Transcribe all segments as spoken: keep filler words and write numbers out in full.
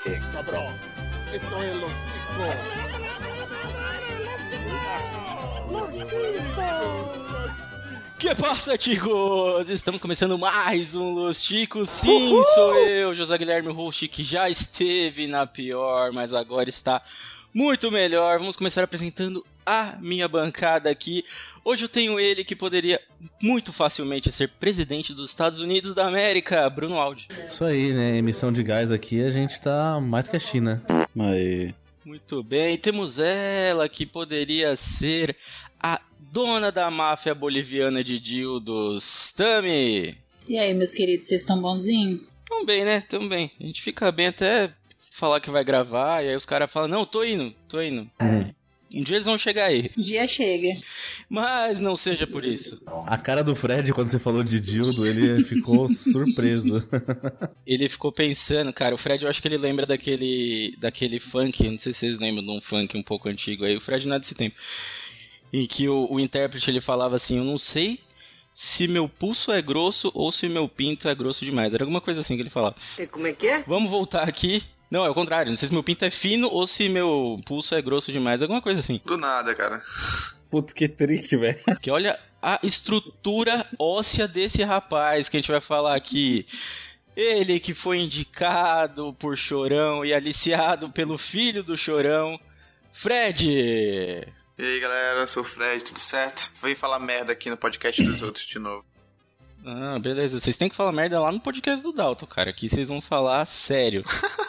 qué, cabrón? Esto es Los Ticos. Los Ticos. Que passa, chicos? Estamos começando mais um Los Ticos. Sim, Uhul! Sou eu, José Guilherme, o host que já esteve na pior, mas agora está muito melhor. Vamos começar apresentando a minha bancada aqui. Hoje eu tenho ele que poderia muito facilmente ser presidente dos Estados Unidos da América, Bruno Aldi. Isso aí, né? Emissão de gás aqui, a gente tá mais que a China. Aí. Muito bem, temos ela que poderia ser a dona da máfia boliviana de dildos, Tami. E aí, meus queridos, vocês estão bonzinhos? Tão bem, né? Tão bem. A gente fica bem até falar que vai gravar, e aí os caras falam, não, tô indo, tô indo. Hum. Um dia eles vão chegar aí. Um dia chega. Mas não seja por isso. A cara do Fred, quando você falou de dildo, ele ficou surpreso. Ele ficou pensando, cara, o Fred, eu acho que ele lembra daquele, daquele funk, não sei se vocês lembram de um funk um pouco antigo aí, o Fred não é desse tempo. Em que o, o intérprete, ele falava assim, eu não sei se meu pulso é grosso ou se meu pinto é grosso demais. Era alguma coisa assim que ele falava. E como é que é? Vamos voltar aqui. Não, é o contrário. Não sei se meu pinto é fino ou se meu pulso é grosso demais. Alguma coisa assim. Do nada, cara. Puta, que triste, velho. Que olha a estrutura óssea desse rapaz que a gente vai falar aqui. Ele que foi indicado por Chorão e aliciado pelo filho do Chorão, Fred. E aí, galera, eu sou o Fred, tudo certo? Vim falar merda aqui no podcast dos outros de novo. Ah, beleza. Vocês têm que falar merda lá no podcast do Dalton, cara. Aqui vocês vão falar sério.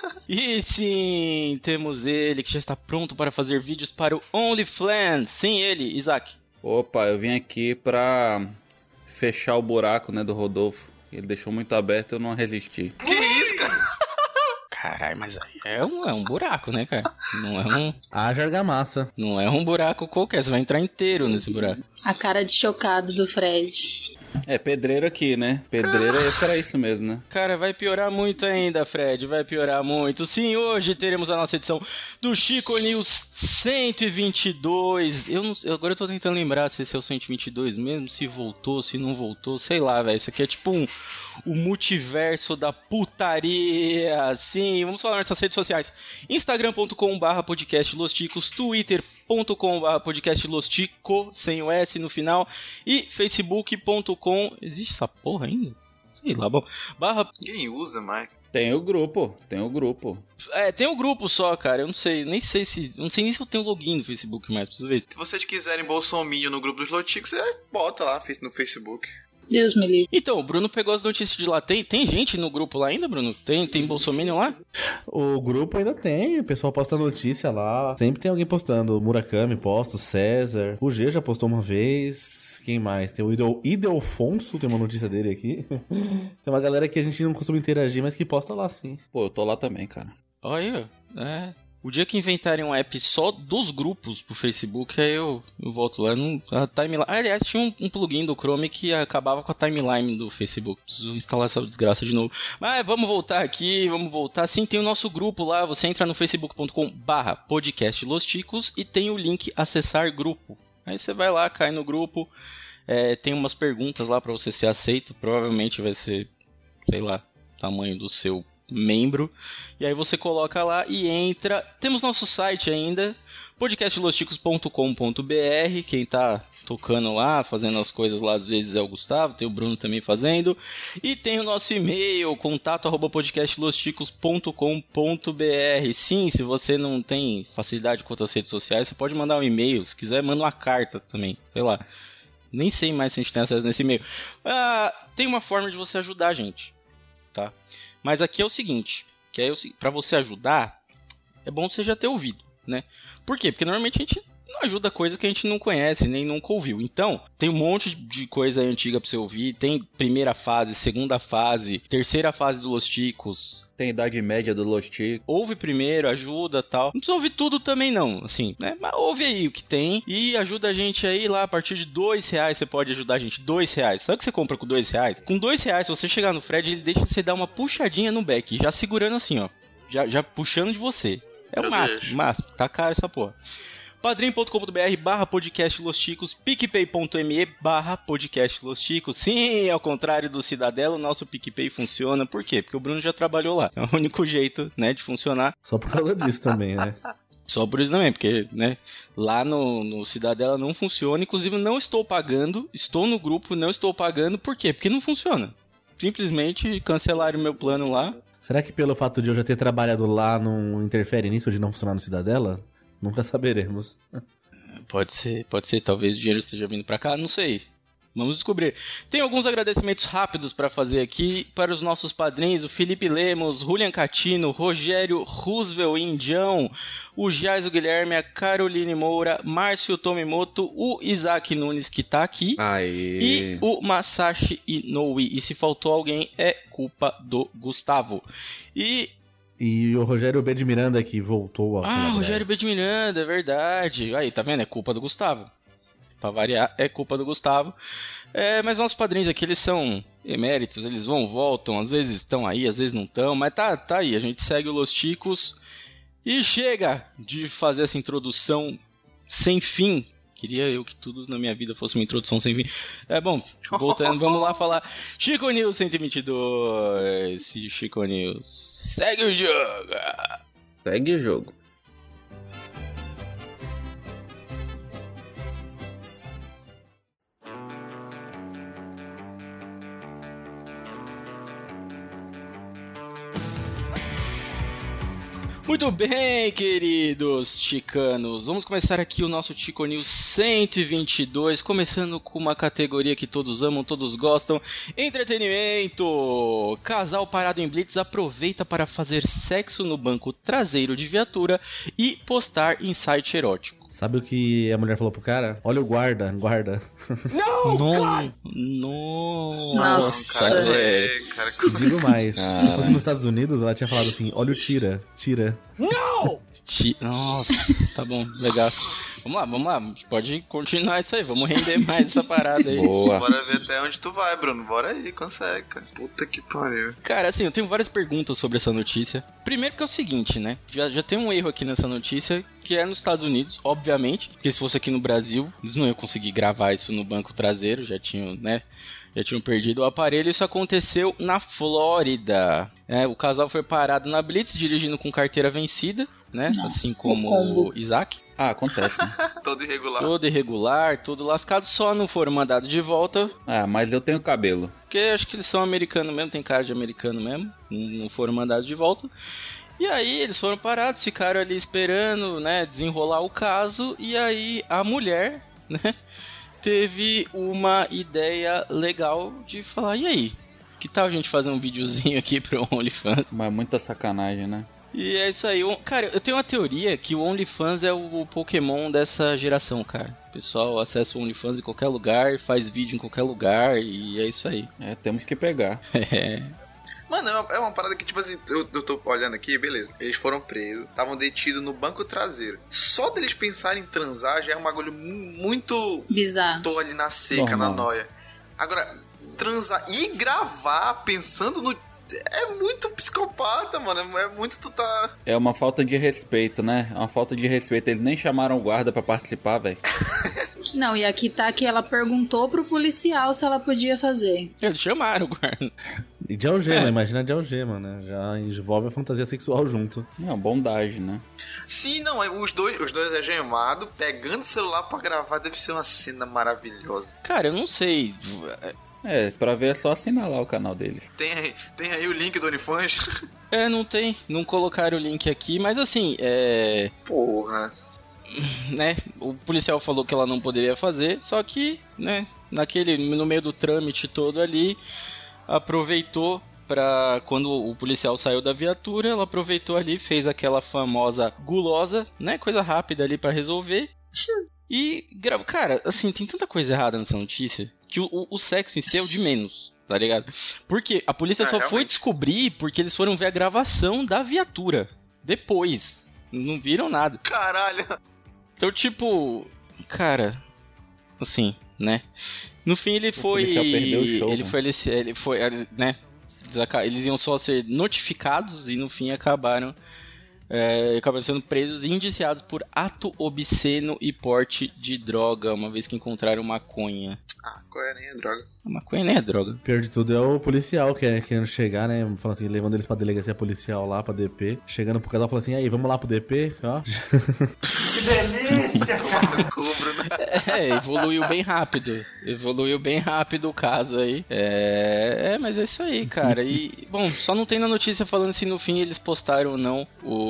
E sim, temos ele que já está pronto para fazer vídeos para o OnlyFans. Sim, ele, Isaac. Opa, eu vim aqui pra fechar o buraco, né, do Rodolfo. Ele deixou muito aberto, eu não resisti. Que isso, cara? Caralho, mas aí é um, é um buraco, né, cara? Não é um... Haja argamassa. Não é um buraco qualquer, você vai entrar inteiro nesse buraco. A cara de chocado do Fred. É, pedreiro aqui, né? Pedreiro é para isso mesmo, né? Cara, vai piorar muito ainda, Fred. Vai piorar muito. Sim, hoje teremos a nossa edição do Chico News cento e vinte e dois. Eu, não, eu agora eu tô tentando lembrar se esse é o cento e vinte e dois mesmo, se voltou, se não voltou. Sei lá, velho. Isso aqui é tipo um... o multiverso da putaria. Sim, vamos falar nas nossas redes sociais. instagram ponto com barra podcast Los Ticos, twitter ponto com barra podcast Los Tico, sem o S no final, e facebook ponto com, existe essa porra ainda? Sei lá, bom, barra... Quem usa, Mike? Tem o grupo, tem o grupo. É, tem o grupo só, cara, eu não sei, nem sei se, não sei nem se eu tenho login no Facebook mais, preciso ver. Se vocês quiserem bolsominho no grupo dos Los Ticos, você bota lá no Facebook. Deus me livre. Então, o Bruno pegou as notícias de lá. Tem, tem gente no grupo lá ainda, Bruno? Tem, tem bolsominion lá? O grupo ainda tem, o pessoal posta notícia lá. Sempre tem alguém postando. O Murakami posta, o César. O G já postou uma vez. Quem mais? Tem o Idel, Idelfonso, tem uma notícia dele aqui. Tem uma galera que a gente não costuma interagir, mas que posta lá sim. Pô, eu tô lá também, cara. Olha, é... O dia que inventarem um app só dos grupos pro Facebook, aí eu, eu volto lá. Não, a timeline... ah, aliás, tinha um, um plugin do Chrome que acabava com a timeline do Facebook. Preciso instalar essa desgraça de novo. Mas vamos voltar aqui, vamos voltar. Sim, tem o nosso grupo lá. Você entra no facebook ponto com barra podcast Los Ticos e tem o link acessar grupo. Aí você vai lá, cai no grupo. É, tem umas perguntas lá pra você ser aceito. Provavelmente vai ser, sei lá, tamanho do seu membro, e aí você coloca lá e entra. Temos nosso site ainda, podcast los ticos ponto com ponto b r. Quem tá tocando lá, fazendo as coisas lá às vezes é o Gustavo, tem o Bruno também fazendo, e tem o nosso e-mail, contato arroba podcast los ticos ponto com ponto b r. Sim, se você não tem facilidade com outras redes sociais, você pode mandar um e-mail, se quiser manda uma carta também, sei lá, nem sei mais se a gente tem acesso nesse e-mail. Ah, tem uma forma de você ajudar a gente, tá? Mas aqui é o seguinte, que é para você ajudar, é bom você já ter ouvido, né? Por quê? Porque normalmente a gente não ajuda coisa que a gente não conhece, nem nunca ouviu. Então, tem um monte de coisa antiga pra você ouvir. Tem primeira fase, segunda fase, terceira fase do Los Ticos. Tem idade média do Los Ticos. Ouve primeiro, ajuda e tal. Não precisa ouvir tudo também não, assim, né? Mas ouve aí o que tem e ajuda a gente aí lá. A partir de dois reais você pode ajudar a gente. Dois reais. Sabe o que você compra com dois reais? Com dois reais, se você chegar no Fred, ele deixa você dar uma puxadinha no back. Já segurando assim, ó. Já, já puxando de você. É o máximo, máximo. Tá caro essa porra. padrim.com.br barra podcast Los Chicos, picpay.me barra podcast Los Chicos. Sim, ao contrário do Cidadela, o nosso PicPay funciona. Por quê? Porque o Bruno já trabalhou lá. É o único jeito, né, de funcionar. Só por causa disso também, né? Só por isso também, porque, né, lá no, no Cidadela não funciona. Inclusive, não estou pagando, estou no grupo, não estou pagando. Por quê? Porque não funciona. Simplesmente cancelaram meu plano lá. Será que pelo fato de eu já ter trabalhado lá não interfere nisso de não funcionar no Cidadela? Nunca saberemos. Pode ser, pode ser. Talvez o dinheiro esteja vindo pra cá, não sei. Vamos descobrir. Tem alguns agradecimentos rápidos para fazer aqui para os nossos padrinhos, o Felipe Lemos, Julian Catino, Rogério Roosevelt Indião, o Jais, o Guilherme, a Caroline Moura, Márcio Tomimoto, o Isaac Nunes, que tá aqui, Aê. e o Masashi Inoue. E se faltou alguém, é culpa do Gustavo. E... E o Rogério B. de Miranda que voltou a... Ah, Rogério B. de Miranda, é verdade. Aí, tá vendo? É culpa do Gustavo. Pra variar, é culpa do Gustavo. É, mas nossos padrinhos aqui, eles são eméritos, eles vão, voltam, às vezes estão aí, às vezes não estão, mas tá, tá aí, a gente segue o Los Chicos e chega de fazer essa introdução sem fim. Queria eu que tudo na minha vida fosse uma introdução sem fim. É bom, voltando, vamos lá falar. Chico News cento e vinte e dois, Chico News, segue o jogo. Segue o jogo. Muito bem, queridos chicanos, vamos começar aqui o nosso Chico News cento e vinte e dois, começando com uma categoria que todos amam, todos gostam, entretenimento. Casal parado em blitz aproveita para fazer sexo no banco traseiro de viatura e postar em site erótico. Sabe o que a mulher falou pro cara? Olha o guarda, guarda. Não! Não! Não! Nossa, cara, velho. é, cara, Digo mais, Ah, se fosse nos Estados Unidos, ela tinha falado assim, olha o tira, tira. Ti- Nossa, tá bom, legal. Vamos lá, vamos lá, pode continuar isso aí, vamos render mais essa parada aí. Boa. Bora ver até onde tu vai, Bruno. Bora aí, consegue, cara. Puta que pariu. Cara, assim, eu tenho várias perguntas sobre essa notícia. Primeiro que é o seguinte, né? Já, já tem um erro aqui nessa notícia, que é nos Estados Unidos, obviamente. Porque se fosse aqui no Brasil, eles não iam conseguir gravar isso no banco traseiro, já tinham, né? Já tinham perdido o aparelho. Isso aconteceu na Flórida. É, o casal foi parado na blitz, dirigindo com carteira vencida, né? Nossa, assim como o combo. o Isaac. Ah, acontece, né? Todo irregular. Todo irregular, tudo lascado, só não foram mandados de volta. Ah, mas eu tenho cabelo. Porque acho que eles são americanos mesmo, tem cara de americano mesmo. Não foram mandados de volta. E aí eles foram parados, ficaram ali esperando, né, desenrolar o caso. E aí a mulher, né, teve uma ideia legal de falar, e aí? Que tal a gente fazer um videozinho aqui pro OnlyFans? Mas muita sacanagem, né? E é isso aí. O- Cara, eu tenho uma teoria que o OnlyFans é o Pokémon dessa geração, cara. O pessoal acessa o OnlyFans em qualquer lugar, faz vídeo em qualquer lugar e é isso aí. É, temos que pegar. É. Mano, é uma, é uma parada que, tipo assim, eu, eu tô olhando aqui, beleza. Eles foram presos, estavam detidos no banco traseiro. Só deles pensarem em transar já é um bagulho mu- muito... Bizarro. Tô ali na seca, Normal. na noia. Agora, transar e gravar pensando no... É muito psicopata, mano. É muito tu tá... É uma falta de respeito, né? É uma falta de respeito. Eles nem chamaram o guarda pra participar, velho. Não, e aqui tá que ela perguntou pro policial se ela podia fazer. Eles chamaram o guarda. E de algema, É. imagina de algema, né? Já envolve a fantasia sexual junto. Não, bondade, né? Sim, não, é, os dois, os dois algemados, pegando o celular pra gravar, deve ser uma cena maravilhosa. Cara, eu não sei. É, pra ver é só assinar lá o canal deles. Tem aí, tem aí o link do OnlyFans. É, não tem. Não colocaram o link aqui, mas assim, é. Porra. Né? O policial falou que ela não poderia fazer, só que, né? Naquele, no meio do trâmite todo ali, aproveitou pra. Quando o policial saiu da viatura, ela aproveitou ali, fez aquela famosa gulosa, né? Coisa rápida ali pra resolver. E grava. Cara, assim, tem tanta coisa errada nessa notícia que o, o, o sexo em si é o de menos, tá ligado? Porque a polícia É, só foi realmente. descobrir porque eles foram ver a gravação da viatura. Depois. Não viram nada. Caralho. Então, tipo, cara, assim, né? No fim ele foi, policial perdeu o show, ele né? foi, ele, ele foi, eles, né? Eles aca- Eles iam só ser notificados e no fim acabaram É, acabam sendo presos e indiciados por ato obsceno e porte de droga, uma vez que encontraram maconha. Ah, qual é nem a droga? A maconha nem é droga. Pior de tudo é o policial que é querendo chegar, né? Falando assim, levando eles pra delegacia policial lá, pra D P. Chegando pro casal, falando assim, aí, vamos lá pro D P? Ó. Que delícia, cara. Cubro, né? É, evoluiu bem rápido. Evoluiu bem rápido o caso aí. É, é, mas é isso aí, cara. E, bom, só não tem na notícia falando se no fim eles postaram ou não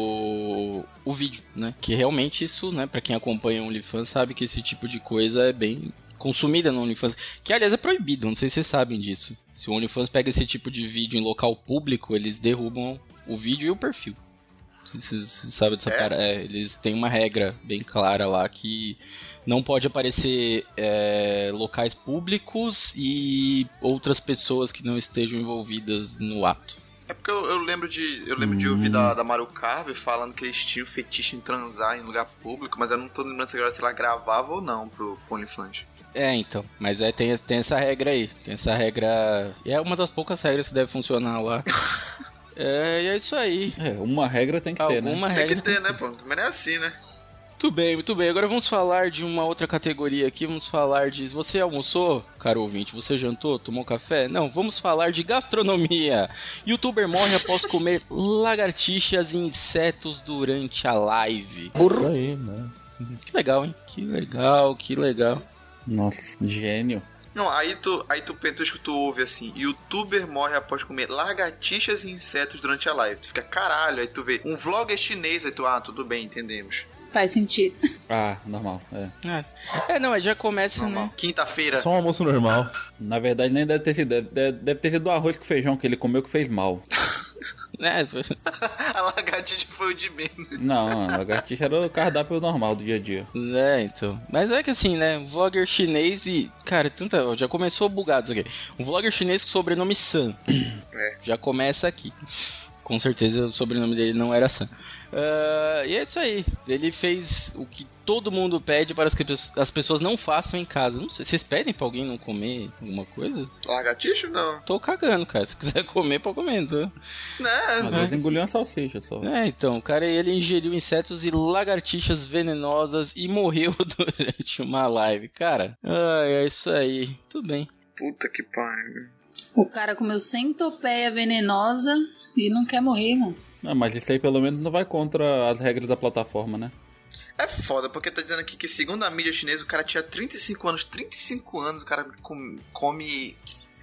o, o vídeo, né? Que realmente isso, né, pra quem acompanha o OnlyFans sabe que esse tipo de coisa é bem consumida no OnlyFans, que aliás é proibido, não sei se vocês sabem disso. Se o OnlyFans pega esse tipo de vídeo em local público, eles derrubam o vídeo e o perfil. Não sei se vocês sabem dessa É? parada. É, eles têm uma regra bem clara lá que não pode aparecer é, locais públicos e outras pessoas que não estejam envolvidas no ato. É porque eu, eu lembro de eu lembro de ouvir da, da Mario Carve falando que eles tinham fetiche em transar em lugar público, mas eu não tô lembrando se agora se ela gravava ou não pro OnlyFans. É, então. Mas é, tem, tem essa regra aí. Tem essa regra. E é uma das poucas regras que deve funcionar lá. É, e é isso aí. É, uma regra tem que ter, né? Alguma Tem regra. que ter, né, pô? Mas não é assim, né? Muito bem, muito bem. Agora vamos falar de uma outra categoria aqui. Vamos falar de... Você almoçou, caro ouvinte? Você jantou? Tomou café? Não, vamos falar de gastronomia. Youtuber morre após comer lagartixas e insetos durante a live. Isso aí, né? Que legal, hein? Que legal, que legal. Nossa, gênio. Não, aí tu, aí tu pensa que tu ouve assim, youtuber morre após comer lagartixas e insetos durante a live. Tu fica, caralho, aí tu vê um vlogger chinês, aí tu, ah, tudo bem, entendemos. Faz sentido. Ah, normal, é. É, é não, já começa, Normal. né? Quinta-feira. Só um almoço normal. Na verdade, nem deve ter sido. Deve, deve ter sido o arroz com feijão que ele comeu que fez mal. É, A lagartixa foi o de menos. Não, a lagartixa era o cardápio normal do dia a dia. é, então. Mas é que assim, né? Um vlogger chinês e. Cara, tanta. Já começou bugado isso aqui. Um vlogger chinês com sobrenome San. É. Já começa aqui. Com certeza o sobrenome dele não era San. Uh, e é isso aí. Ele fez o que todo mundo pede para que as pessoas não façam em casa. Não sei, vocês pedem pra alguém não comer alguma coisa? Lagartixa, não. Tô cagando, cara. Se quiser comer, pode comer. Então. Né? Às vezes engoliu uma salsicha só. É, então, o cara ele ingeriu insetos e lagartixas venenosas e morreu durante uma live. Cara, ai, é isso aí. Tudo bem. Puta que pariu. O cara comeu centopeia venenosa e não quer morrer, mano. Não, mas isso aí pelo menos não vai contra as regras da plataforma, né? É foda, porque tá dizendo aqui que segundo a mídia chinesa, o cara tinha trinta e cinco anos. trinta e cinco anos o cara come, come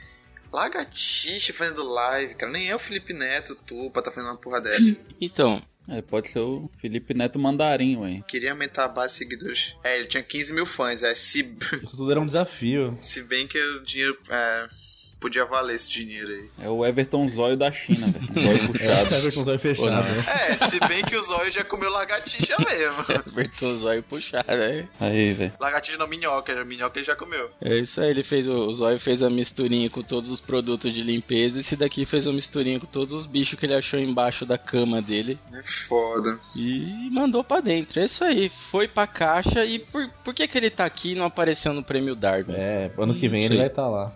lagartixa fazendo live, cara. Nem é o Felipe Neto, tu, pra tá fazendo uma porra dessa. Então, É, pode ser o Felipe Neto Mandarim, ué. Queria aumentar a base de seguidores. É, ele tinha quinze mil fãs. É, se, Isso tudo era um desafio. se bem que o dinheiro... É, podia valer esse dinheiro aí. É o Everton Zóio da China, velho. Zóio É, puxado. Everton Zóio fechado, né? É, se bem que o Zóio já comeu lagartixa mesmo. apertou os olhos e puxar, né? Aí, velho. Lagartixa não, minhoca. Minhoca ele já comeu. É isso aí, ele fez o, o Zóio fez a misturinha com todos os produtos de limpeza e esse daqui fez uma misturinha com todos os bichos que ele achou embaixo da cama dele É foda. e mandou pra dentro. É isso aí, foi pra caixa e por, por que que ele tá aqui e não apareceu no prêmio Darwin? É, ano que vem Não ele sei. vai estar lá.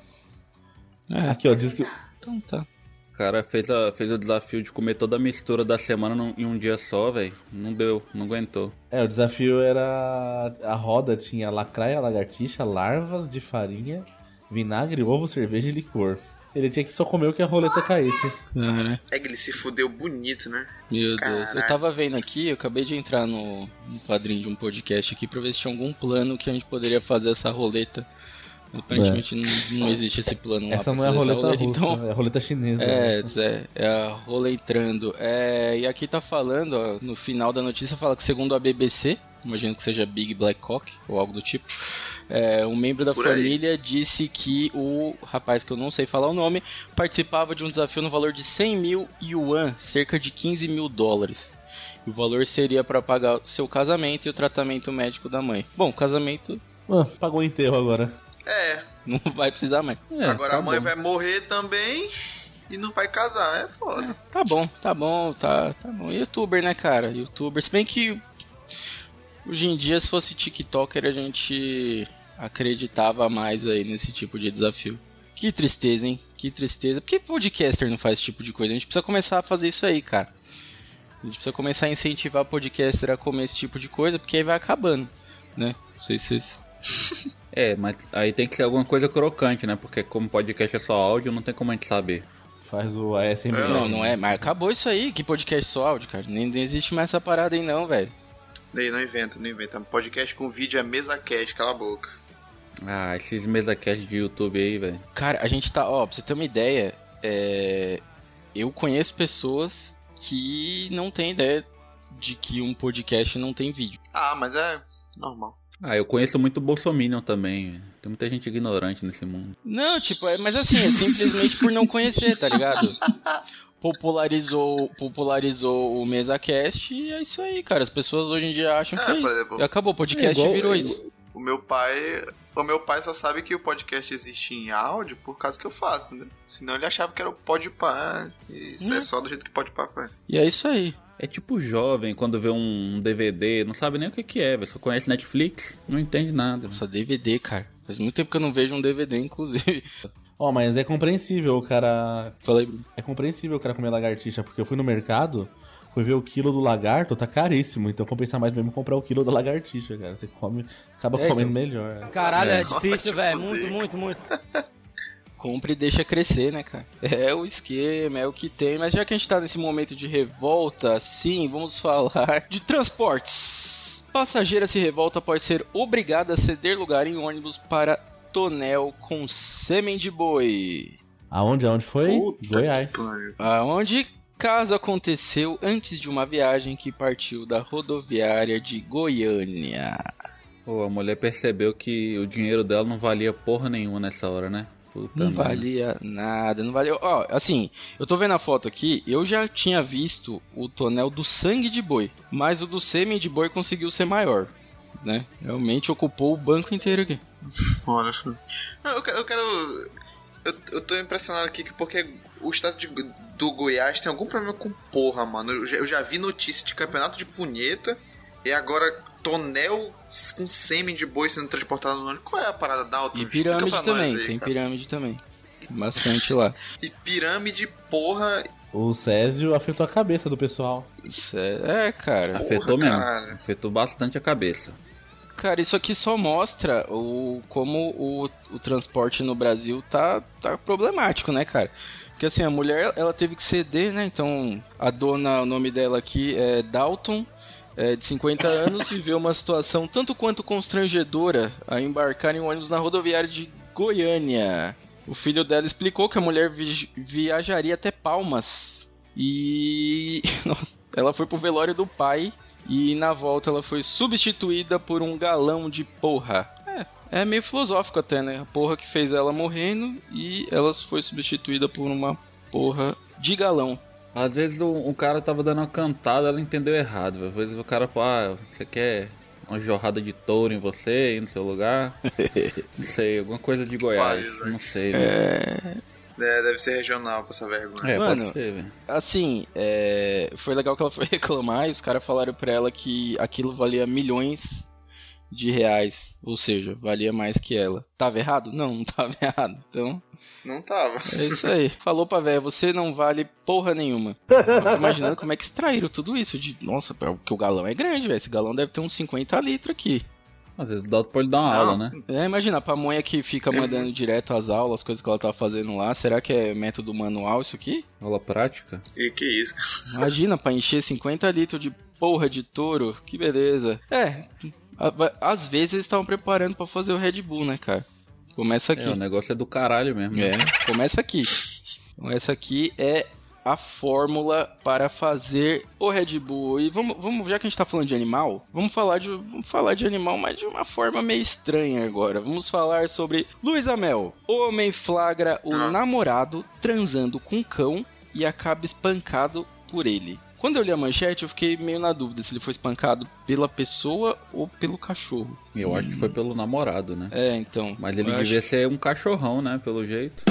É, Aqui, ó, diz que... então tá. O cara fez, a, fez o desafio de comer toda a mistura da semana num, em um dia só, velho. Não deu, não aguentou. É, o desafio era... A roda tinha lacraia, lagartixa, larvas de farinha, vinagre, ovo, cerveja e licor. Ele tinha que só comer o que a roleta caísse. Cara, É que ele se fudeu bonito, né? meu Deus. Eu Caraca. tava vendo aqui, eu acabei de entrar no, no padrinho de um podcast aqui pra ver se tinha algum plano que a gente poderia fazer essa roleta. Aparentemente não, não existe esse plano lá Essa pra não é a fazer essa roleta russa, então... é a roleta chinesa. É, né? é, é a roletrando. É, e aqui tá falando, ó, no final da notícia fala que segundo a B B C, imagino que seja Big Black Cock ou algo do tipo, é, um membro da Por aí. família disse que o rapaz, que eu não sei falar o nome, participava de um desafio no valor de cem mil yuan, cerca de quinze mil dólares. E o valor seria para pagar o seu casamento e o tratamento médico da mãe. Bom, casamento Ah, pagou o enterro agora. É, não vai precisar mais. É, agora tá a mãe bom. vai morrer também e não vai casar. É foda. Tá bom, tá bom, tá, tá bom. Youtuber, né, cara? Youtuber. Se bem que hoje em dia, se fosse TikToker, a gente acreditava mais aí nesse tipo de desafio. Que tristeza, hein? Que tristeza. Por que podcaster não faz esse tipo de coisa? A gente precisa começar a fazer isso aí, cara. A gente precisa começar a incentivar podcaster a comer esse tipo de coisa, porque aí vai acabando, né? Não sei se vocês... É, mas aí tem que ser alguma coisa crocante, né? Porque como podcast é só áudio, não tem como a gente saber. Faz o A S M R. Não, não é, mas acabou isso aí, que podcast só áudio, cara. Nem, nem existe mais essa parada aí não, velho. Daí não inventa, não inventa. Podcast com vídeo é mesa cast, cala a boca. Ah, esses mesacast de YouTube aí, velho. Cara, a gente tá, ó, pra você ter uma ideia, é... eu conheço pessoas que não têm ideia de que um podcast não tem vídeo. Ah, mas é normal. Ah, eu conheço muito Bolsominion também. Tem muita gente ignorante nesse mundo. Não, tipo, é, mas assim, é simplesmente por não conhecer, tá ligado? Popularizou, popularizou o MesaCast e é isso aí, cara. As pessoas hoje em dia acham É, que é por isso. exemplo, E acabou, o podcast é igual- virou é isso. O meu pai. O meu pai só sabe que o podcast existe em áudio por causa que eu faço, entendeu? Senão ele achava que era o Podpah. E isso Hum. é só do jeito que Podpah faz. E é isso aí. É tipo jovem, quando vê um D V D, não sabe nem o que que é, velho. Só conhece Netflix, não entende nada. Só D V D, cara. Faz muito tempo que eu não vejo um D V D, inclusive. Ó, mas é compreensível o cara... Falei, Bruno. É compreensível o cara comer lagartixa, porque eu fui no mercado, fui ver o quilo do lagarto, tá caríssimo. Então compensa mais mesmo comprar o quilo da lagartixa, cara. Você come, acaba É, comendo então. melhor. Caralho, é, É. difícil, velho. Muito, muito, muito. Compre e deixa crescer, né, cara? É o esquema, é o que tem. Mas já que a gente tá nesse momento de revolta, sim, vamos falar de transportes. Passageira se revolta após ser obrigada a ceder lugar em ônibus para tonel com sêmen de boi. Aonde, aonde foi? Puta Goiás. que pariu. Aonde caso aconteceu antes de uma viagem que partiu da rodoviária de Goiânia. Pô, a mulher percebeu que o dinheiro dela não valia porra nenhuma nessa hora, né? Puta Não merda. valia nada, não valia... Ó, assim, eu tô vendo a foto aqui, eu já tinha visto o tonel do sangue de boi, mas o do sêmen de boi conseguiu ser maior, né? Realmente ocupou o banco inteiro aqui. Olha só. Não, eu quero. Eu, quero eu, eu tô impressionado aqui que porque o estado de, do Goiás tem algum problema com porra, mano. Eu já, eu já vi notícia de campeonato de punheta e agora tonel com sêmen de boi sendo transportado no ônibus. Qual é a parada da alta? E pirâmide também, aí, tem cara. pirâmide também. Bastante lá. E pirâmide, porra. O Césio afetou a cabeça do pessoal. Isso é, é, cara. Afetou Porra, mesmo. caralho. Afetou bastante a cabeça. Cara, isso aqui só mostra o, como o, o transporte no Brasil tá, tá problemático, né, cara? Porque assim, a mulher, ela teve que ceder, né? Então, a dona, o nome dela aqui é Dalton, é, de cinquenta anos, viveu uma situação tanto quanto constrangedora a embarcar em um ônibus na rodoviária de Goiânia. O filho dela explicou que a mulher vi- viajaria até Palmas e nossa, ela foi pro velório do pai e na volta ela foi substituída por um galão de porra. É, é meio filosófico até, né? A porra que fez ela morrendo e ela foi substituída por uma porra de galão. Às vezes o, o cara tava dando uma cantada, ela entendeu errado. Às vezes o cara fala, ah, você quer uma jorrada de touro em você, aí no seu lugar? Não sei, alguma coisa de Goiás, Quase, né? não sei, velho. É... É, deve ser regional pra essa vergonha. É, Mano, pode ser, velho. Assim, é... foi legal que ela foi reclamar e os caras falaram pra ela que aquilo valia milhões de reais. Ou seja, valia mais que ela. Tava errado? Não, não tava errado. Então, Não tava. é isso aí. Falou pra véia, você não vale porra nenhuma. Eu fico imaginando como é que extraíram tudo isso. De... Nossa, porque o galão é grande, velho. Esse galão deve ter uns cinquenta litros aqui. Às vezes dá pra ele dar uma Não. aula, né? É, imagina, a pamonha que fica mandando direto as aulas, as coisas que ela tá fazendo lá. Será que é método manual isso aqui? Aula prática. E que isso? Imagina, pra encher cinquenta litros de porra de touro. Que beleza. É, a- às vezes eles estavam preparando pra fazer o Red Bull, né, cara? Começa aqui. É, o negócio é do caralho mesmo. É, começa aqui. Então essa aqui é a fórmula para fazer o Red Bull. E vamos, vamos, já que a gente tá falando de animal, vamos falar de, vamos falar de animal, mas de uma forma meio estranha agora. Vamos falar sobre Luísa Mel. Homem flagra o Ah. namorado transando com cão e acaba espancado por ele. Quando eu li a manchete, eu fiquei meio na dúvida se ele foi espancado pela pessoa ou pelo cachorro. Eu acho que foi pelo namorado, né? É, então. Mas ele eu devia acho- ser um cachorrão, né? Pelo jeito.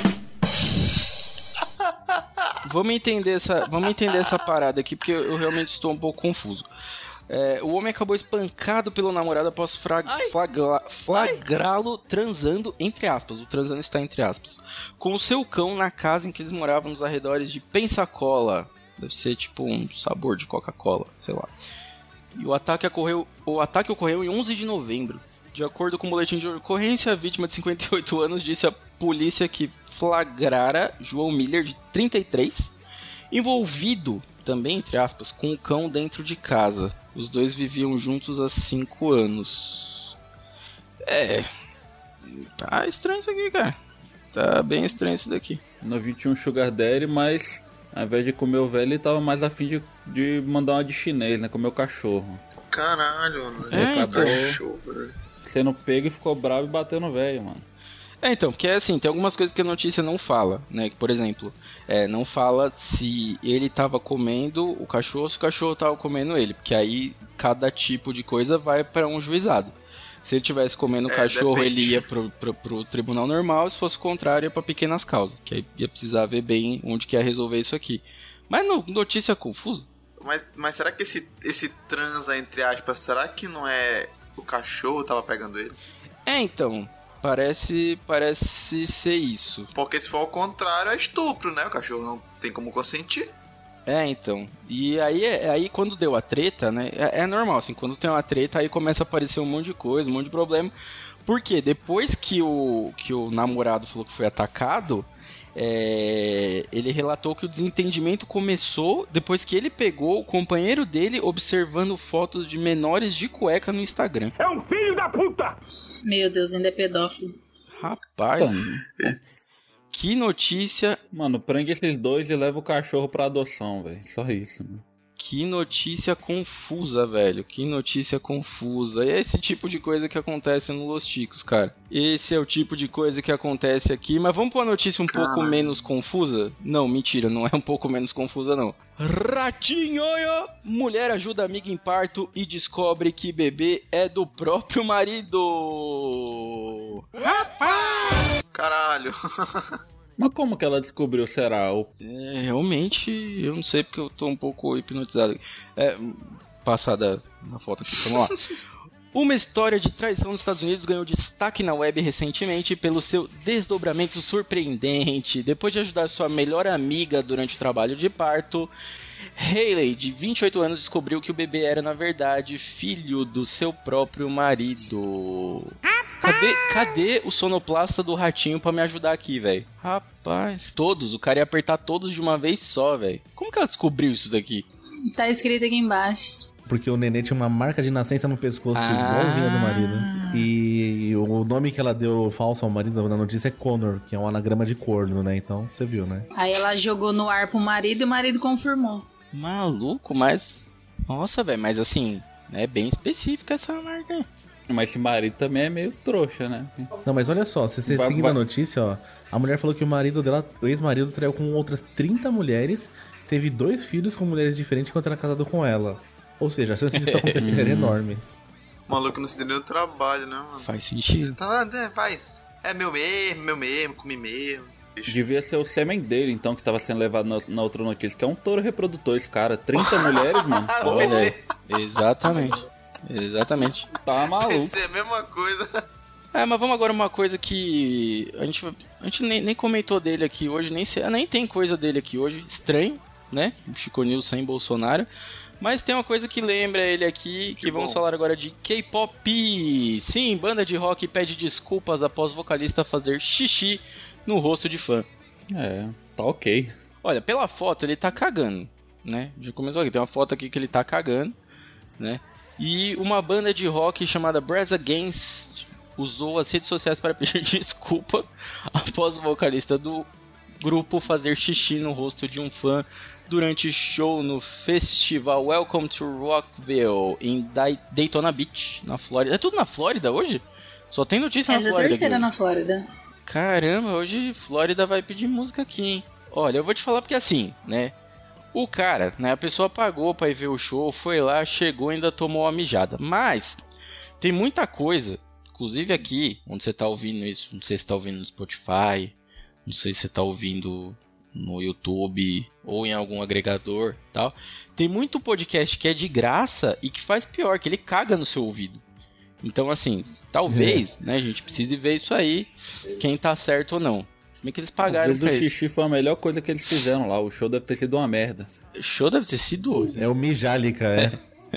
Vamos entender essa, vamos entender essa parada aqui, porque eu realmente estou um pouco confuso. É, o homem acabou espancado pelo namorado após fra- flagla- flagrá-lo transando, entre aspas, o transando está entre aspas, com o seu cão na casa em que eles moravam nos arredores de Pensacola. Deve ser tipo um sabor de Coca-Cola, sei lá. E o ataque ocorreu, o ataque ocorreu em onze de novembro. De acordo com o boletim de ocorrência, a vítima de cinquenta e oito anos disse à polícia que flagrara João Miller, de trinta e três, envolvido, também entre aspas, com um cão dentro de casa. Os dois viviam juntos há cinco anos. É... Tá estranho isso aqui, cara. Tá bem estranho isso daqui. No vinte e um Sugar Daddy, mas ao invés de comer o velho, ele tava mais afim de, de mandar uma de chinês, né? Comer o cachorro. Caralho, mano. É, acabou. Cachorro, velho. Sendo pego e ficou bravo e bateu no velho, mano. É, então, porque assim, tem algumas coisas que a notícia não fala, né? Por exemplo, é, não fala se ele tava comendo o cachorro ou se o cachorro tava comendo ele. Porque aí cada tipo de coisa vai pra um juizado. Se ele tivesse comendo o É, cachorro, depende. ele ia pro, pro, pro tribunal normal. Se fosse o contrário, ia pra pequenas causas. Que aí ia precisar ver bem onde que ia resolver isso aqui. Mas no, notícia confusa. Mas, mas será que esse, esse transa, entre aspas, será que não é o cachorro que tava pegando ele? É, então, parece, parece ser isso. Porque se for ao contrário, é estupro, né? O cachorro não tem como consentir. É, então. E aí, aí quando deu a treta, né? É, é normal, assim, quando tem uma treta, aí começa a aparecer um monte de coisa, um monte de problema. Porque depois que o, que o namorado falou que foi atacado, é, ele relatou que o desentendimento começou depois que ele pegou o companheiro dele observando fotos de menores de cueca no Instagram. É um filho da puta! Meu Deus, ainda é pedófilo. Rapaz, Então, que notícia, mano, prende esses dois e leva o cachorro pra adoção, velho. Só isso, mano. que notícia confusa, velho. Que notícia confusa. E é esse tipo de coisa que acontece no Los Ticos, cara. Esse é o tipo de coisa que acontece aqui. Mas vamos pra uma notícia um pouco Caralho. menos confusa? Não, mentira, não é um pouco menos confusa, não. Ratinho! Mulher ajuda amiga em parto e descobre que bebê é do próprio marido. Caralho. Mas como que ela descobriu, será? O... É, realmente, eu não sei porque eu tô um pouco hipnotizado. É, passada na foto aqui, vamos lá. Uma história de traição nos Estados Unidos ganhou destaque na web recentemente pelo seu desdobramento surpreendente. Depois de ajudar sua melhor amiga durante o trabalho de parto, Hayley, de vinte e oito anos, descobriu que o bebê era, na verdade, filho do seu próprio marido. Cadê, cadê o sonoplasta do ratinho pra me ajudar aqui, velho? Rapaz, todos, o cara ia apertar todos de uma vez só, velho. Como que ela descobriu isso daqui? Tá escrito aqui embaixo. Porque o nenê tinha uma marca de nascença no pescoço Ah. igualzinha do marido. E o nome que ela deu falso ao marido na notícia é Connor, que é um anagrama de corno, né? Então, você viu, né? Aí ela jogou no ar pro marido e o marido confirmou. Maluco, mas... Nossa, velho, mas assim, é bem específica essa marca aí. Mas esse marido também é meio trouxa, né? Não, mas olha só, se você Vai- seguir vai- a notícia, ó, a mulher falou que o marido dela, o ex-marido, traiu com outras trinta mulheres, teve dois filhos com mulheres diferentes enquanto era casado com ela. Ou seja, a chance disso acontecer era enorme. O maluco não se deu nenhum trabalho, né, mano? Faz sentido. Tá, né, vai. É meu mesmo, meu mesmo, comi mesmo. Bicho. Devia ser o sêmen dele, então, que tava sendo levado na, na outra notícia, que é um touro reprodutor, esse cara. trinta mulheres, mano. Ah, Pô, vou Olha, exatamente. Exatamente. tá maluco. Pensei a mesma coisa. É, mas vamos agora uma coisa que a gente, a gente nem, nem comentou dele aqui hoje, nem, se, nem tem coisa dele aqui hoje. Estranho, né? O Chico News sem Bolsonaro. Mas tem uma coisa que lembra ele aqui, que, Que vamos bom. falar agora de K-pop. Sim, banda de rock pede desculpas após vocalista fazer xixi no rosto de fã. É, tá ok. Olha, pela foto ele tá cagando, né? Já começou aqui, tem uma foto aqui que ele tá cagando, né? E uma banda de rock chamada Brass Against usou as redes sociais para pedir desculpa após o vocalista do grupo fazer xixi no rosto de um fã durante show no festival Welcome to Rockville em Dai- Daytona Beach, na Flórida. É tudo na Flórida hoje? Só tem notícia Essa na é a Flórida. terceira aqui na hoje. Flórida. Caramba, hoje Flórida vai pedir música aqui, hein? Olha, eu vou te falar porque assim, né? O cara, né? A pessoa pagou pra ir ver o show, foi lá, chegou e ainda tomou uma mijada. Mas tem muita coisa, inclusive aqui, onde você tá ouvindo isso, não sei se tá ouvindo no Spotify, não sei se você tá ouvindo no YouTube ou em algum agregador e tal. Tem muito podcast que é de graça e que faz pior, que ele caga no seu ouvido. Então, assim, talvez, né, a gente precise ver isso aí, quem tá certo ou não. Bem que eles Às pagaram vezes pra o isso. xixi foi a melhor coisa que eles fizeram lá. O show deve ter sido uma merda. O show deve ter sido... É o Mijálica, é.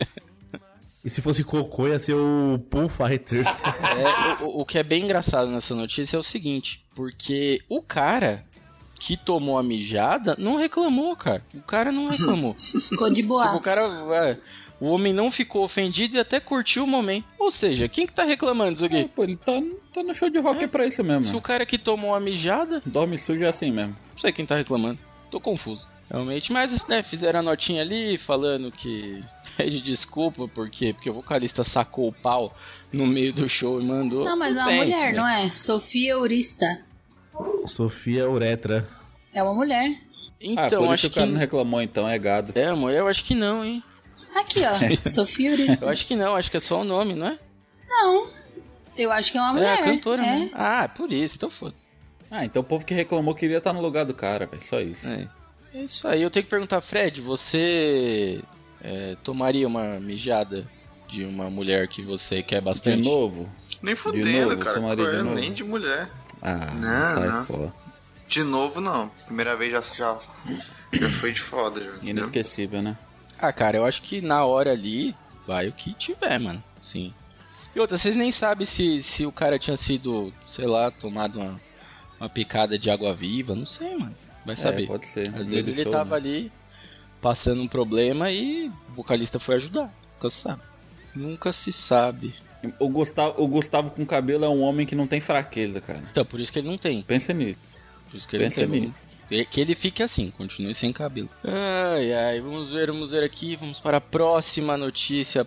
E se fosse cocô, ia ser o Pool Fighter. É, o, o que é bem engraçado nessa notícia é o seguinte, porque o cara que tomou a mijada não reclamou, cara. O cara não reclamou. Ficou de boa. O cara, é, o homem não ficou ofendido e até curtiu o momento. Ou seja, quem que tá reclamando disso É, aqui? pô, ele tá, tá no show de rock é. pra isso mesmo. Se o cara que tomou a mijada, Dorme sujo é assim mesmo. não sei quem tá reclamando. Tô confuso, realmente. Mas, né, fizeram a notinha ali falando que pede desculpa, por quê? Porque o vocalista sacou o pau no meio do show e mandou. Não, mas é uma Bem, mulher, né? não é? Sofia Urista. Sofia Uretra. É uma mulher. Então, ah, por isso acho o cara que... não reclamou então, é gado. É, mulher, eu acho que não, hein? Aqui, ó. Sofia Urista. Eu acho que não, acho que é só o nome, não é? Não. Eu acho que é uma mulher. É a cantora, é. né? Ah, é por isso, então foda. Ah, então o povo que reclamou queria estar no lugar do cara, velho. Só isso. É. É isso aí, eu tenho que perguntar, Fred, você é, tomaria uma mijada de uma mulher que você quer De bastante? novo? Nem De fudendo, novo, cara. tomaria de Qual é? novo? Nem de mulher. Ah, Não, sai não. fora. De novo, não. Primeira vez já, já, já foi de foda. Já, entendeu? Inesquecível, né? Ah, cara, eu acho que na hora ali vai o que tiver, mano. Sim. E outra, vocês nem sabem se, se o cara tinha sido, sei lá, tomado uma, uma picada de água viva, não sei, mano. Vai saber. É, pode ser. Às No vezes meio do ele show, tava né? ali passando um problema e o vocalista foi ajudar. Nunca se sabe. Nunca se sabe. O Gustavo, o Gustavo com cabelo é um homem que não tem fraqueza, cara. Então, por isso que ele não tem. Pensa nisso. Por isso que ele Pensa não tem. nisso. Que ele fique assim, continue sem cabelo. Ai, ai, vamos ver, vamos ver aqui, vamos para a próxima notícia.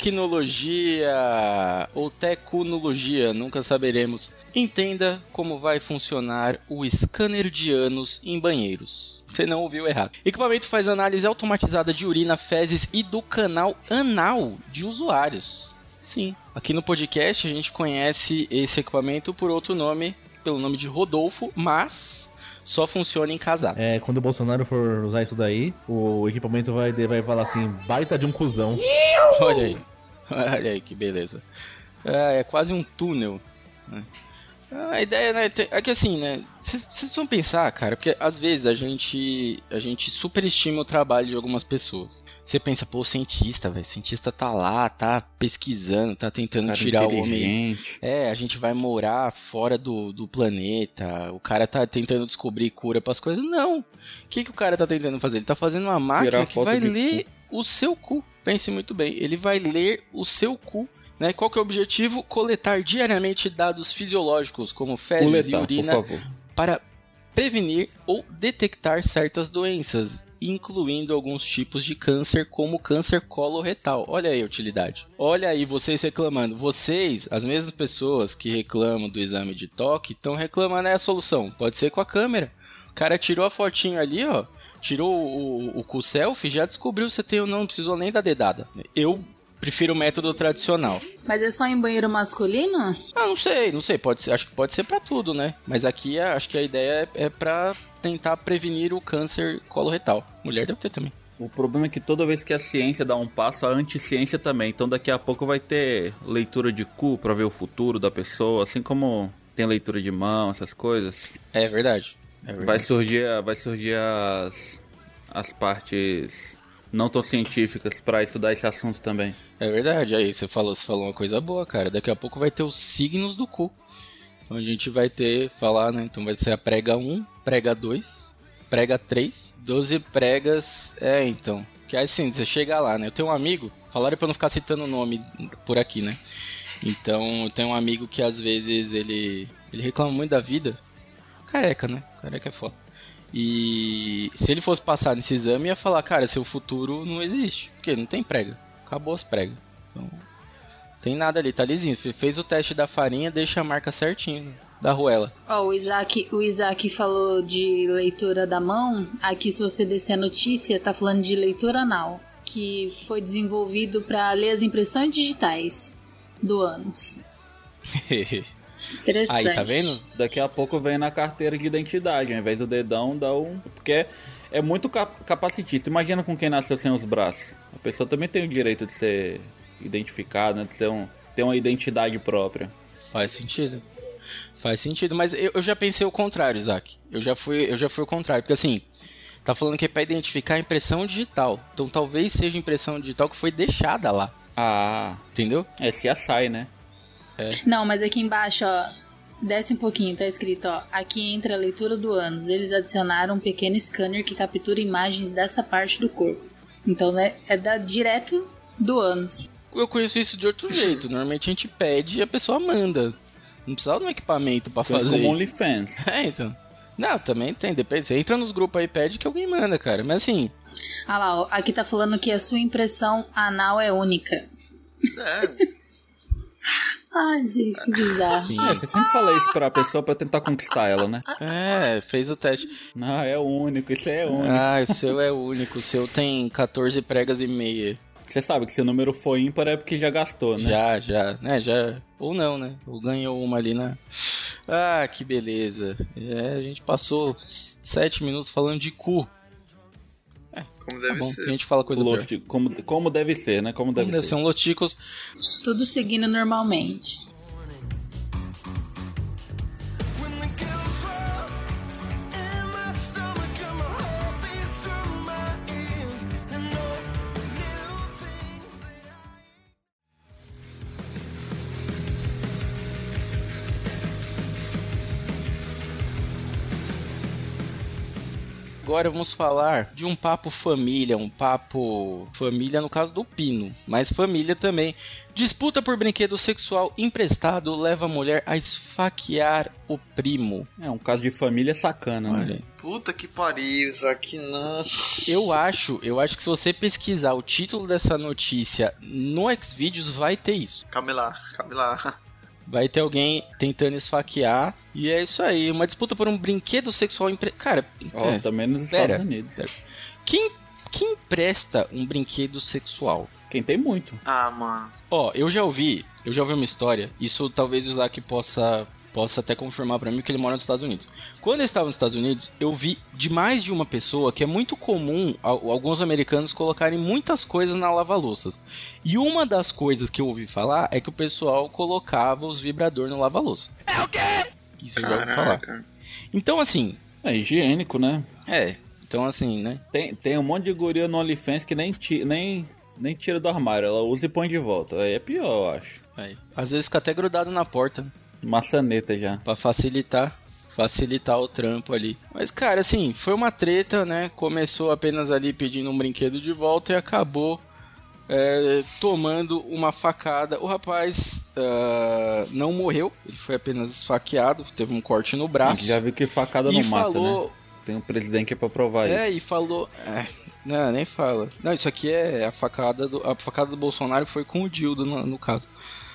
Tecnologia ou tecunologia, nunca saberemos. Entenda como vai funcionar o scanner de ânus em banheiros. Você não ouviu errado. Equipamento faz análise automatizada de urina, fezes e do canal anal de usuários. Sim, aqui no podcast a gente conhece esse equipamento por outro nome, pelo nome de Rodolfo, mas só funciona em casados. É, quando o Bolsonaro for usar isso daí, o equipamento vai, vai falar assim, baita de um cuzão. Olha aí, olha aí que beleza. É, é quase um túnel, né? A ideia, né, é que assim, né, vocês vão pensar, cara, porque às vezes a gente a gente superestima o trabalho de algumas pessoas. Você pensa, pô, o cientista, velho, o cientista tá lá, tá pesquisando, tá tentando Cara tirar o homem. inteligente. É, a gente vai morar fora do, do planeta, o cara tá tentando descobrir cura pras coisas. Não, o que, que o cara tá tentando fazer? Ele tá fazendo uma máquina Tirar que foto vai de ler o seu cu. Pense muito bem, ele vai ler o seu cu. Né? Qual que é o objetivo? Coletar diariamente dados fisiológicos, como fezes Coletar, e urina, por favor. para prevenir ou detectar certas doenças, incluindo alguns tipos de câncer, como câncer coloretal. Olha aí a utilidade. Olha aí vocês reclamando. Vocês, as mesmas pessoas que reclamam do exame de toque, estão reclamando é a solução. Pode ser com a câmera. O cara tirou a fotinho ali, ó, tirou o, o, o cu selfie, já descobriu se tem ou não, não precisou nem da dedada. Eu prefiro o método tradicional. Mas é só em banheiro masculino? Ah, não sei, não sei, pode ser, acho que pode ser pra tudo, né? Mas aqui acho que a ideia é, é pra tentar prevenir o câncer coloretal. Mulher deve ter também. O problema é que toda vez que a ciência dá um passo, a anticiência também. Então daqui a pouco vai ter leitura de cu pra ver o futuro da pessoa, assim como tem leitura de mão, essas coisas. É verdade. É verdade. Vai surgir, vai surgir as, as partes não tão científicas pra estudar esse assunto também. É verdade, aí você falou, você falou uma coisa boa, cara. Daqui a pouco vai ter os signos do cu. Então a gente vai ter, falar, né? Então vai ser a prega um, prega dois, prega três, doze pregas. É, então. Que é assim, você chega lá, né? Eu tenho um amigo, falaram pra eu não ficar citando o nome por aqui, né? Então eu tenho um amigo que às vezes ele, ele reclama muito da vida. Careca, né? Careca é foda. E se ele fosse passar nesse exame, ia falar, cara, seu futuro não existe. Porque não tem prega. Acabou as pregas. Então, tem nada ali, tá lisinho. Fez o teste da farinha, deixa a marca certinho da arruela. Ó, o Isaac, o Isaac falou de leitura da mão. Aqui, se você descer a notícia, tá falando de leitura anal, que foi desenvolvido para ler as impressões digitais do ânus. Interessante. Aí, tá vendo? Daqui a pouco vem na carteira de identidade, ao invés do dedão, dá um... Porque é muito cap- capacitista. Imagina com quem nasceu sem os braços. A pessoa também tem o direito de ser identificada, né? De ser um... ter uma identidade própria. Faz sentido. Faz sentido, mas eu, eu já pensei o contrário, Isaac. Eu já fui, eu já fui o contrário, porque assim, tá falando que é pra identificar a impressão digital. Então talvez seja impressão digital que foi deixada lá. Ah, entendeu? É C S I, né? É. Não, mas aqui embaixo, ó, desce um pouquinho, tá escrito, ó, aqui entra a leitura do ânus. Eles adicionaram um pequeno scanner que captura imagens dessa parte do corpo. Então, né, é da, direto do ânus. Eu conheço isso de outro jeito. Normalmente a gente pede e a pessoa manda. Não precisa de um equipamento pra Faz fazer como isso. OnlyFans. É, então. Não, também tem, depende. Você entra nos grupos aí e pede que alguém manda, cara. Mas assim... Ah lá, ó, aqui tá falando que a sua impressão anal é única. É. Ai, gente, que bizarro. Sim. É, você sempre fala isso pra pessoa pra tentar conquistar ela, né? É, fez o teste. Não, é único, isso aí é único. Ah, o seu é único. O seu tem catorze pregas e meia. Você sabe que se o número for ímpar é porque já gastou, né? Já, já, né, já... Ou não, né? Ou ganhou uma ali na... Ah, que beleza. É, a gente passou sete minutos falando de cu. Como Tá deve bom, ser. que a gente fala coisa pior. Loti- como, como deve ser, né? Como deve, Como deve ser um Loticos. Tudo seguindo normalmente. Agora vamos falar de um papo família, um papo família no caso do Pino, mas família também. Disputa por brinquedo sexual emprestado leva a mulher a esfaquear o primo. É um caso de família sacana, Olha né? aí. Puta que pariu, Isaac, não. Eu acho, eu acho que se você pesquisar o título dessa notícia no Xvideos vai ter isso. Calma lá, calma lá. Vai ter alguém tentando esfaquear. E é isso aí. Uma disputa por um brinquedo sexual emprestado. Cara, Ó, é, também nos pera, Estados Unidos. pera. Quem, quem empresta um brinquedo sexual? Quem tem muito. Ah, mano. Ó, eu já ouvi, eu já ouvi uma história. Isso talvez o Isaac possa, possa até confirmar pra mim que ele mora nos Estados Unidos. Quando eu estava nos Estados Unidos, eu vi de mais de uma pessoa que é muito comum al- alguns americanos colocarem muitas coisas na lava-louças. E uma das coisas que eu ouvi falar é que o pessoal colocava os vibradores no lava-louça. É o quê? Isso eu já ouvi falar. Caraca. Então assim, É higiênico, né? é, então assim, né? Tem, tem um monte de guria no OnlyFans que nem, ti, nem, nem tira do armário. Ela usa e põe de volta. Aí é pior, eu acho. Aí, às vezes fica até grudado na porta, né? Maçaneta já. Pra facilitar, facilitar o trampo ali. Mas, cara, assim, foi uma treta, né? Começou apenas ali pedindo um brinquedo de volta e acabou é, tomando uma facada. O rapaz uh, não morreu, ele foi apenas esfaqueado, teve um corte no A braço. gente já viu que facada e não mata, falou, né? Tem um presidente pra provar é, isso. e falou, é, não, nem fala. Não, isso aqui é a facada do, a facada do Bolsonaro foi com o Dildo no, no caso.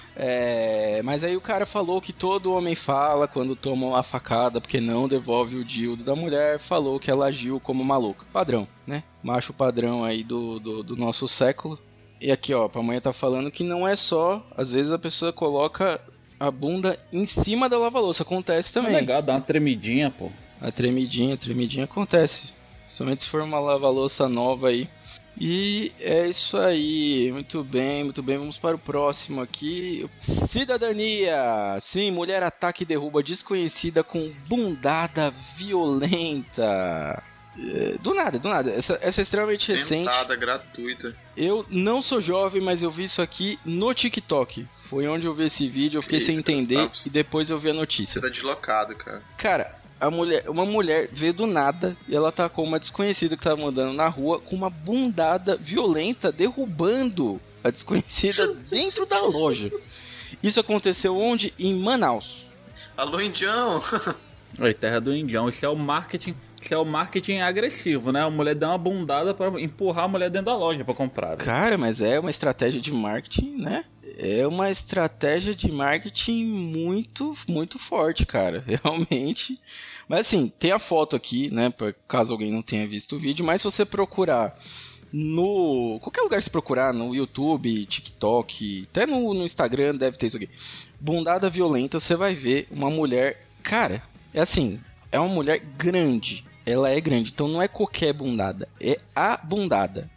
É, mas aí o cara falou que todo homem fala quando toma uma facada porque não devolve o dildo da mulher, falou que ela agiu como maluca. Padrão, né? Macho padrão aí do, do, do nosso século. E aqui, ó, a pamonha tá falando que não é só, às vezes a pessoa coloca a bunda em cima da lava-louça, acontece É também. legal, dá uma tremidinha, pô. A tremidinha, a tremidinha acontece. Somente se for uma lava-louça nova aí. E é isso aí, muito bem, muito bem, vamos para o próximo aqui. Cidadania! Sim, mulher ataca e derruba desconhecida com bundada violenta. É, do nada, do nada, essa, essa é extremamente recente. Sentada, gratuita. Eu não sou jovem, mas eu vi isso aqui no TikTok. Foi onde eu vi esse vídeo, eu fiquei Que sem isso, cara, entender você tá- e depois eu vi a Você notícia. tá deslocado, cara. Cara, a mulher, uma mulher veio do nada e ela atacou uma desconhecida que estava andando na rua com uma bundada violenta, derrubando a desconhecida dentro da loja. Isso aconteceu onde? Em Manaus. Alô, Indião! Oi, terra do Indião. Isso é o marketing. Isso é o marketing agressivo, né? A mulher dá uma bundada pra empurrar a mulher dentro da loja pra comprar. Velho. Cara, mas é uma estratégia de marketing, né? É uma estratégia de marketing muito, muito forte, cara. Realmente. Mas assim, tem a foto aqui, né? Pra caso alguém não tenha visto o vídeo. Mas se você procurar no... qualquer lugar que você procurar, no YouTube, TikTok, até no, no Instagram deve ter isso aqui. Bundada violenta, você vai ver uma mulher... Cara, é assim... É uma mulher grande. Ela é grande. Então não é qualquer bundada. É a bundada.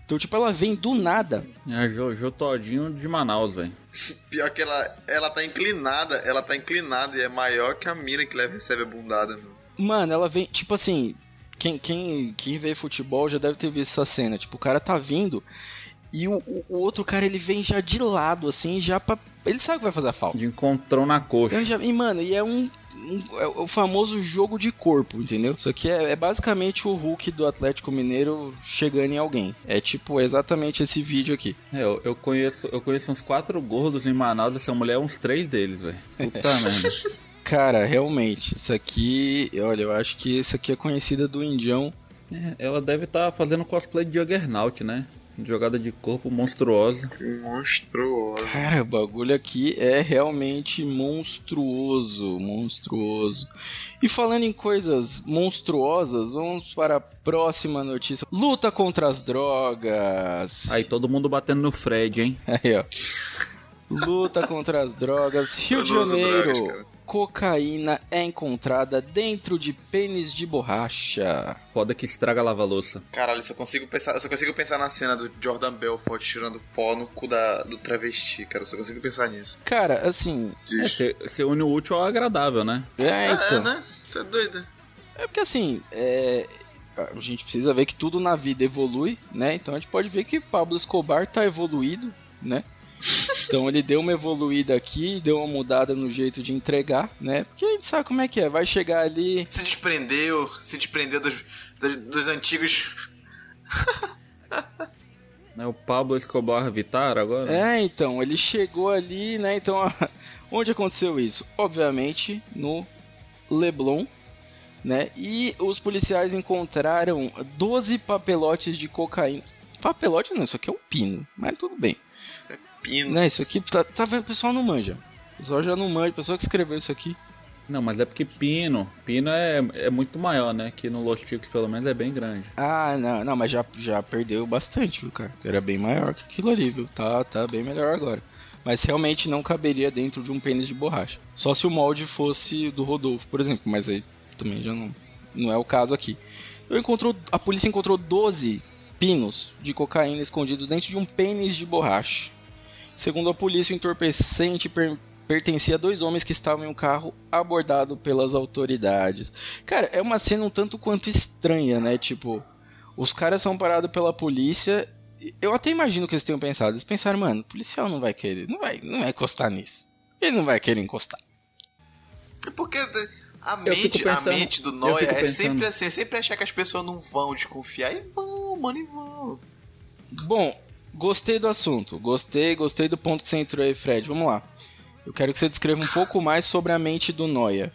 Então, tipo, ela vem do nada. É a Jojo Todinho de Manaus, velho. Pior que ela, ela tá inclinada, ela tá inclinada e é maior que a mina que leva, recebe a bundada, mano. Mano, ela vem, tipo assim, quem, quem, quem vê futebol já deve ter visto essa cena. Tipo, o cara tá vindo e o, o, o outro cara, ele vem já de lado, assim, já pra... Ele sabe que vai fazer a falta. De encontrão na coxa. Eu já, e, mano, e é um... Um, é o famoso jogo de corpo, entendeu? Isso aqui é, é basicamente o Hulk do Atlético Mineiro chegando em alguém. É tipo exatamente esse vídeo aqui. É, eu, eu conheço eu conheço uns quatro gordos em Manaus, essa mulher é uns três deles, velho. Puta merda. Cara, realmente, isso aqui, olha, eu acho que isso aqui é conhecida do Indião. É, ela deve estar tá fazendo cosplay de Juggernaut, né? Jogada de corpo monstruosa. Monstruoso. Cara, o bagulho aqui é realmente monstruoso, monstruoso. E falando em coisas monstruosas, vamos para a próxima notícia. Luta contra as drogas. Aí todo mundo batendo no Fred, hein? Aí, ó. Luta contra as drogas. Rio de Eu não uso Janeiro. drogas, cara. Cocaína é encontrada dentro de pênis de borracha. Foda que estraga a lava-louça. Caralho, eu só consigo pensar, eu só consigo pensar na cena do Jordan Belfort tirando pó no cu da, do travesti, cara. Eu só consigo pensar nisso. Cara, assim... É, você une o útil ao agradável, né? É, então... É, né? Tá doido. É porque assim, é... a gente precisa ver que tudo na vida evolui, né? Então a gente pode ver que Pablo Escobar tá evoluído, né? Então ele deu uma evoluída aqui, deu uma mudada no jeito de entregar, né? Porque a gente sabe como é que é, vai chegar ali... Se desprendeu, se desprendeu dos, dos, dos antigos... É o Pablo Escobar Vittar agora? É, então, ele chegou ali, né? Então, onde aconteceu isso? Obviamente, no Leblon, né? E os policiais encontraram doze papelotes de cocaína. Papelote não, isso aqui é um pino, mas tudo bem. Isso é pino. Né, isso aqui, tá, tá vendo, o pessoal não manja. O pessoal já não manja, a pessoa que escreveu isso aqui. Não, mas é porque pino, pino é, é muito maior, né? Que no Los Chicos, pelo menos, é bem grande. Ah, não, não, mas já, já perdeu bastante, viu, cara? Era bem maior que aquilo ali, viu? Tá, tá bem melhor agora. Mas realmente não caberia dentro de um pênis de borracha. Só se o molde fosse do Rodolfo, por exemplo. Mas aí também já não, não é o caso aqui. Eu encontrou, a polícia encontrou doze pinos de cocaína escondidos dentro de um pênis de borracha. Segundo a polícia, o entorpecente per, pertencia a dois homens que estavam em um carro abordado pelas autoridades. Cara, é uma cena um tanto quanto estranha, né? Tipo, os caras são parados pela polícia. Eu até imagino que eles tenham pensado. Eles pensaram, mano, o policial não vai querer, não vai, não vai encostar nisso. Ele não vai querer encostar. É porque a mente, pensando, a mente do Noia é pensando. sempre assim, sempre achar que as pessoas não vão desconfiar. E vão, mano, e vão. Bom, gostei do assunto. Gostei, gostei do ponto que você entrou aí, Fred. Vamos lá. Eu quero que você descreva um pouco mais sobre a mente do Noia.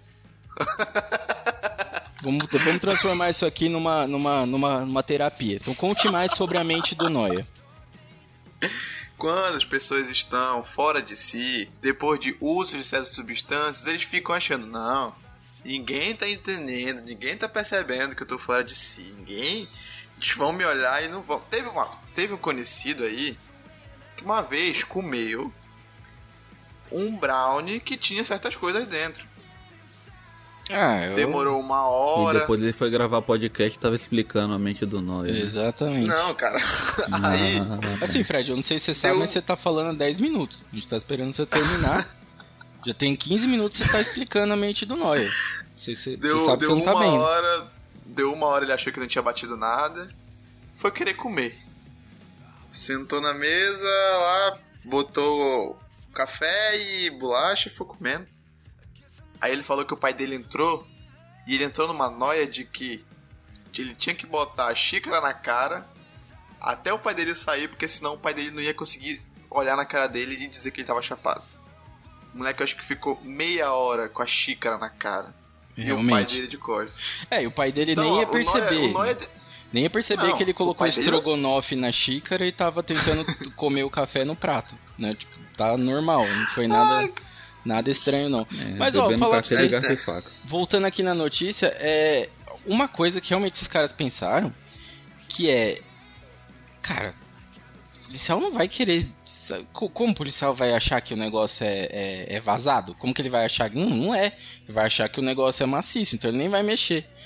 Vamos, vamos transformar isso aqui numa, numa, numa, numa terapia. Então conte mais sobre a mente do Noia. Quando as pessoas estão fora de si, depois de uso de certas substâncias, eles ficam achando, não, ninguém tá entendendo, ninguém tá percebendo que eu tô fora de si, ninguém... Eles vão me olhar e não vão... Teve, uma, teve um conhecido aí que uma vez comeu um brownie que tinha certas coisas dentro. Ah, eu... Demorou uma hora... E depois ele foi gravar podcast e tava explicando a mente do Noia. Né? Exatamente. Não, cara. Aí... Assim, Fred, eu não sei se você sabe, Deu... mas você tá falando há dez minutos. A gente tá esperando você terminar. Já tem quinze minutos que você tá explicando a mente do Noia. Você, você, Deu, você sabe deu que você não tá uma bem. hora... Deu uma hora, ele achou que não tinha batido nada. Foi querer comer. Sentou na mesa, lá, botou café e bolacha e foi comendo. Aí ele falou que o pai dele entrou, e ele entrou numa noia de que, que ele tinha que botar a xícara na cara até o pai dele sair, porque senão o pai dele não ia conseguir olhar na cara dele e dizer que ele tava chapado. O moleque, eu acho que ficou meia hora com a xícara na cara. Realmente. E o pai dele de costas. É, e o pai dele Não, nem ia o Noia- perceber. o Noia de- Nem ia perceber Não, que ele o colocou pai dele- estrogonofe na xícara e tava tentando comer o café no prato, né? Tipo, tá normal, não foi nada, nada estranho não. É, Mas ó, bebendo falar pra café de vocês, garfo e faca. voltando aqui na notícia, é uma coisa que realmente esses caras pensaram, que é, cara, o policial não vai querer, como o policial vai achar que o negócio é, é, é vazado? Como que ele vai achar? Não, não é, ele vai achar que o negócio é maciço, então ele nem vai mexer.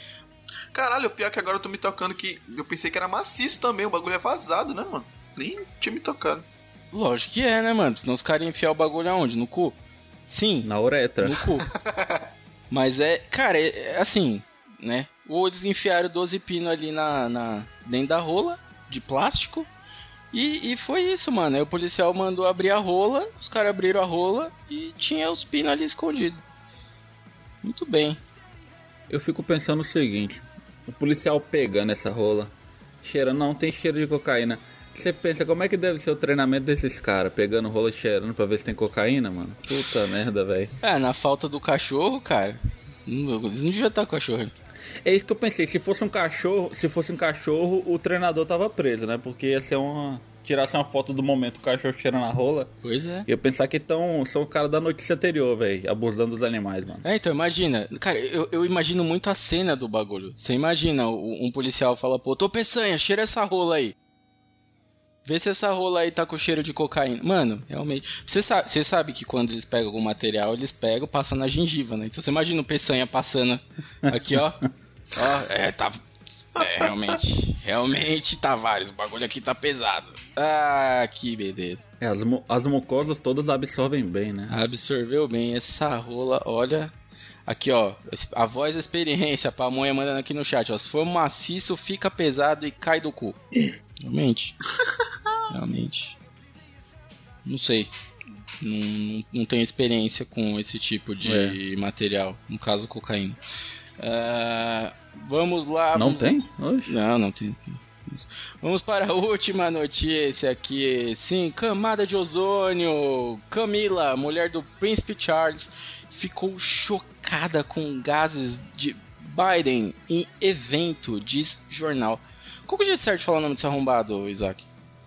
Caralho, o pior é que agora eu tô me tocando que eu pensei que era maciço também, o bagulho é vazado, né, mano? Nem tinha me tocado. Lógico que é, né, mano? Senão os caras iam enfiar o bagulho aonde? No cu? Sim, Na uretra. no cu. Mas é, cara, é, é assim, né? Ou eles enfiaram doze pinos ali na, na, dentro da rola, de plástico, e, e foi isso, mano. Aí o policial mandou abrir a rola, os caras abriram a rola e tinha os pinos ali escondidos. Muito bem. Eu fico pensando o seguinte, o policial pegando essa rola, cheirando, não tem cheiro de cocaína. Você pensa, como é que deve ser o treinamento desses caras? Pegando rola e cheirando pra ver se tem cocaína, mano? Puta merda, velho. É, na falta do cachorro, cara, não- eles não deviam estar com cachorro. É isso que eu pensei, se fosse um cachorro, se fosse um cachorro, o treinador tava preso, né? Porque ia ser uma... tirasse uma foto do momento o cachorro cheirando a rola. Pois é. E eu pensar que tão, são o cara da notícia anterior, velho, abusando dos animais, mano. É, então, imagina. Cara, eu, eu imagino muito a cena do bagulho. Você imagina, o- um policial fala, pô, tô peçanha, cheira essa rola aí. Vê se essa rola aí tá com cheiro de cocaína. Mano, realmente. Você sabe, você sabe que quando eles pegam algum material, eles pegam, passam na gengiva, né? Então você imagina o peçanha passando aqui, ó. Ó, é, tá... É, realmente. Realmente, Tavares, o bagulho aqui tá pesado. Ah, que beleza. É, as, mu- as mucosas todas absorvem bem, né? Absorveu bem essa rola, olha. Aqui, ó, a voz da experiência, a pamonha mandando aqui no chat, ó. Se for maciço, fica pesado e cai do cu. Realmente. Realmente. Não sei. Não, não, não tenho experiência com esse tipo de material. No caso, cocaína. Ah, vamos lá. Não vamos... tem? Oxe. Não, não tem. Isso. Vamos para a última notícia aqui. Sim, camada de ozônio. Camila, mulher do Príncipe Charles, ficou chocada com gases de Biden em evento, diz jornal. Qual que é o jeito certo de falar o nome desse arrombado, Isaac?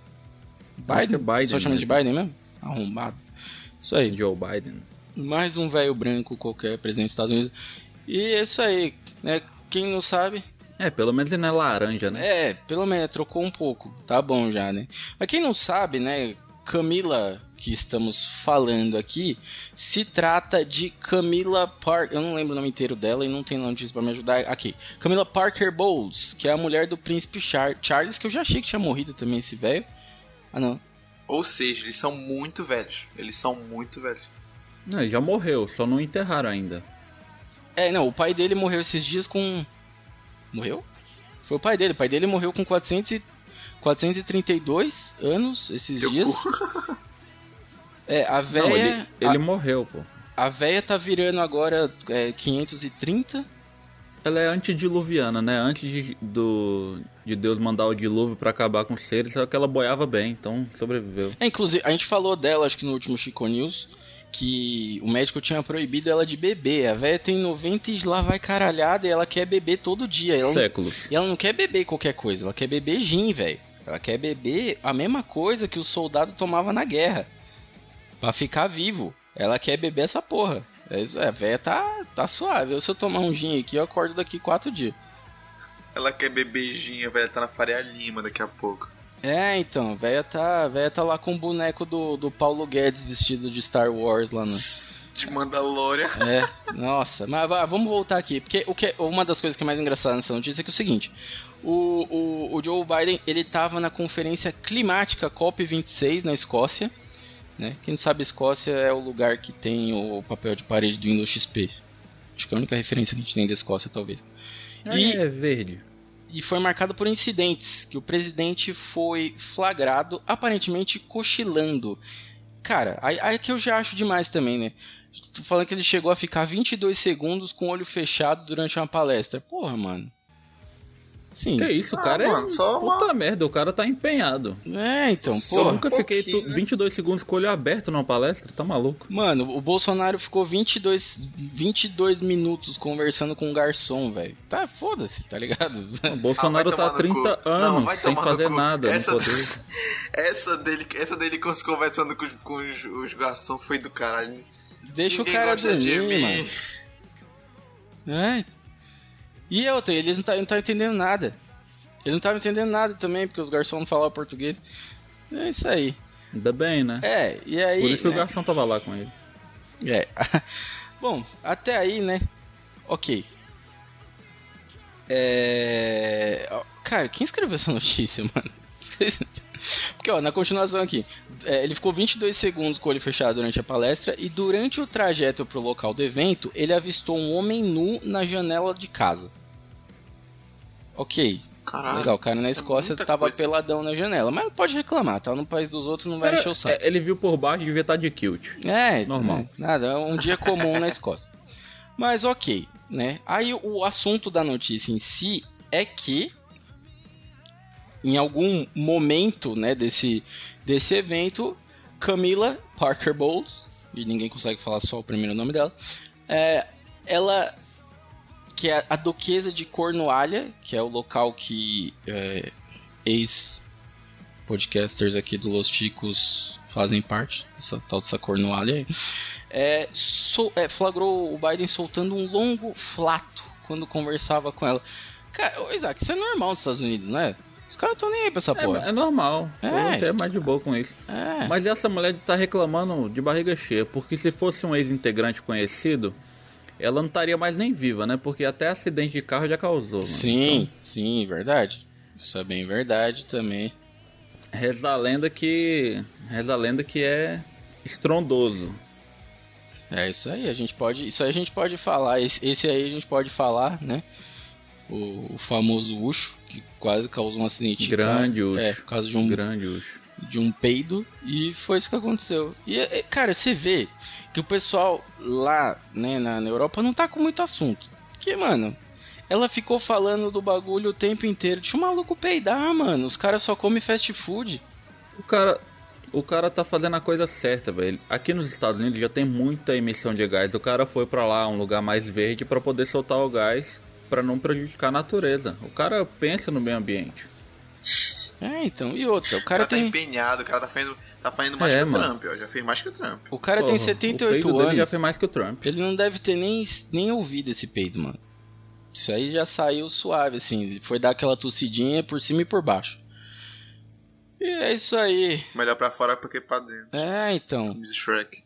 Acho que é Biden Só chama de mesmo. Biden mesmo? Arrombado. Isso aí. Joe Biden. Mais um velho branco qualquer, presidente dos Estados Unidos. E é isso aí, né? Quem não sabe... É, pelo menos ele não é laranja, né? É, pelo menos trocou um pouco. Tá bom já, né? Mas quem não sabe, né? Camila, que estamos falando aqui, se trata de Camila Parker. Eu não lembro o nome inteiro dela e não tem notícia pra me ajudar. Aqui. Camila Parker Bowles, que é a mulher do príncipe Char- Charles, que eu já achei que tinha morrido também esse velho. Ah, não. Ou seja, eles são muito velhos. Eles são muito velhos. Não, ele já morreu, só não enterraram ainda. É, não, o pai dele morreu esses dias com... Morreu? Foi o pai dele. O pai dele morreu com quatrocentos e... quatrocentos e trinta e dois anos esses Teu dias. cu. É, a Não, véia... ele, ele a, morreu, pô. a véia tá virando agora é, quinhentos e trinta. Ela é antediluviana, né? Antes de, do, de Deus mandar o dilúvio pra acabar com os seres, só que ela boiava bem, então sobreviveu. É, inclusive, a gente falou dela, acho que no último Chico News, que o médico tinha proibido ela de beber. A véia tem noventa e lá vai caralhada e ela quer beber todo dia. Ela não, Séculos. e ela não quer beber qualquer coisa, ela quer beber gin, velho. Ela quer beber a mesma coisa que o soldado tomava na guerra. Pra ficar vivo. Ela quer beber essa porra. É isso, é, a véia tá, tá suave. Eu, se eu tomar um gin aqui, eu acordo daqui quatro dias. Ela quer beijinha, velho. Tá na Faria Lima daqui a pouco. É, então, a véia tá, a véia tá lá com o boneco do, do Paulo Guedes vestido de Star Wars lá no... De Mandalorian. É, nossa, mas vá, vamos voltar aqui, porque o que, uma das coisas que é mais engraçada nessa notícia é que é o seguinte, o, o, o Joe Biden, ele tava na conferência climática COP vinte e seis na Escócia, né? Quem não sabe, Escócia é o lugar que tem o papel de parede do Windows X P, acho que é a única referência que a gente tem da Escócia, talvez. E, É verde. e foi marcado por incidentes, que o presidente foi flagrado, aparentemente cochilando. Cara, aí, aí que eu já acho demais também, né? Tô falando que ele chegou a ficar vinte e dois segundos com o olho fechado durante uma palestra. Porra, mano. Sim. Que isso, o Ah, cara mano, é... só uma- Puta merda, o cara tá empenhado. É, então, Só Eu porra. nunca um fiquei tu- pouquinho, né? vinte e dois segundos com o olho aberto numa palestra, tá maluco? Mano, o Bolsonaro ficou vinte e dois, vinte e dois minutos conversando com um garçom, velho. Tá, foda-se, tá ligado? O Bolsonaro Ah, vai tá há tomar no trinta cu. anos Não, vai sem tomar no fazer cu. nada Essa- no poder. Essa dele, essa dele com os- conversando com, os- com os, os garçons foi do caralho. Deixa Ninguém o cara gosta de dormir, mim. mano. É. E outra, eles não tá, não tá entendendo nada. Eles não estavam entendendo nada também, porque os garçons não falavam português. É isso aí. Ainda bem, né? É, e aí... Por isso que o né? garçom tava lá com ele. É. Bom, até aí, né? Ok. É... Cara, quem escreveu essa notícia, mano? Porque, ó, na continuação aqui, é, ele ficou vinte e dois segundos com o olho fechado durante a palestra e durante o trajeto pro local do evento, ele avistou um homem nu na janela de casa. Ok. Caralho, legal, o cara na Escócia é tava coisa. peladão na janela, mas não pode reclamar, tá no país dos outros, não vai Cara, encher o saco. é, ele viu por baixo e devia estar de kilt. É, normal. É, nada, é um dia comum na Escócia. Mas ok, né? Aí o assunto da notícia em si é que em algum momento, né, desse, desse evento, Camilla Parker Bowles, e ninguém consegue falar só o primeiro nome dela, é, ela, que é a duquesa de Cornualha, que é o local que é, ex-podcasters aqui do Los Chicos fazem parte, dessa tal dessa Cornualha aí, é, so, é, flagrou o Biden soltando um longo flato quando conversava com ela. Cara, ô Isaac, isso é normal nos Estados Unidos, não é? Os caras estão nem aí pra essa porra. É, é normal. É. Eu até mais de boa com isso. É. Mas essa mulher tá reclamando de barriga cheia. Porque se fosse um ex-integrante conhecido, ela não estaria mais nem viva, né? Porque até acidente de carro já causou. Mano. Sim, então, sim, verdade. Isso é bem verdade também. Reza a lenda que. Reza a lenda que é estrondoso. É isso aí, a gente pode. Isso aí a gente pode falar. Esse, esse aí a gente pode falar, né? O, o famoso Ucho, que quase causou um acidente. Grande Ucho. É, por causa de um, Grande Ucho. de um peido. E foi isso que aconteceu. E, cara, você vê que o pessoal lá, né, na, na Europa não tá com muito assunto. Porque, mano, ela ficou falando do bagulho o tempo inteiro. Deixa o maluco peidar, mano. Os caras só comem fast food. O cara. O cara tá fazendo a coisa certa, velho. Aqui nos Estados Unidos já tem muita emissão de gás. O cara foi pra lá, um lugar mais verde, pra poder soltar o gás, pra não prejudicar a natureza. O cara pensa no meio ambiente. É, então. E outra, o O cara cara tem... tá empenhado, o cara tá fazendo, tá fazendo mais É, que o mano. Trump, ó. Já fez mais que o Trump. O cara Porra, tem setenta e o peido oito dele anos. já fez mais que o Trump. Ele não deve ter nem, nem ouvido esse peido, mano. Isso aí já saiu suave, assim. Ele foi dar aquela tossidinha por cima e por baixo. E é isso aí. Melhor pra fora porque pra dentro. É, então. Miss Shrek.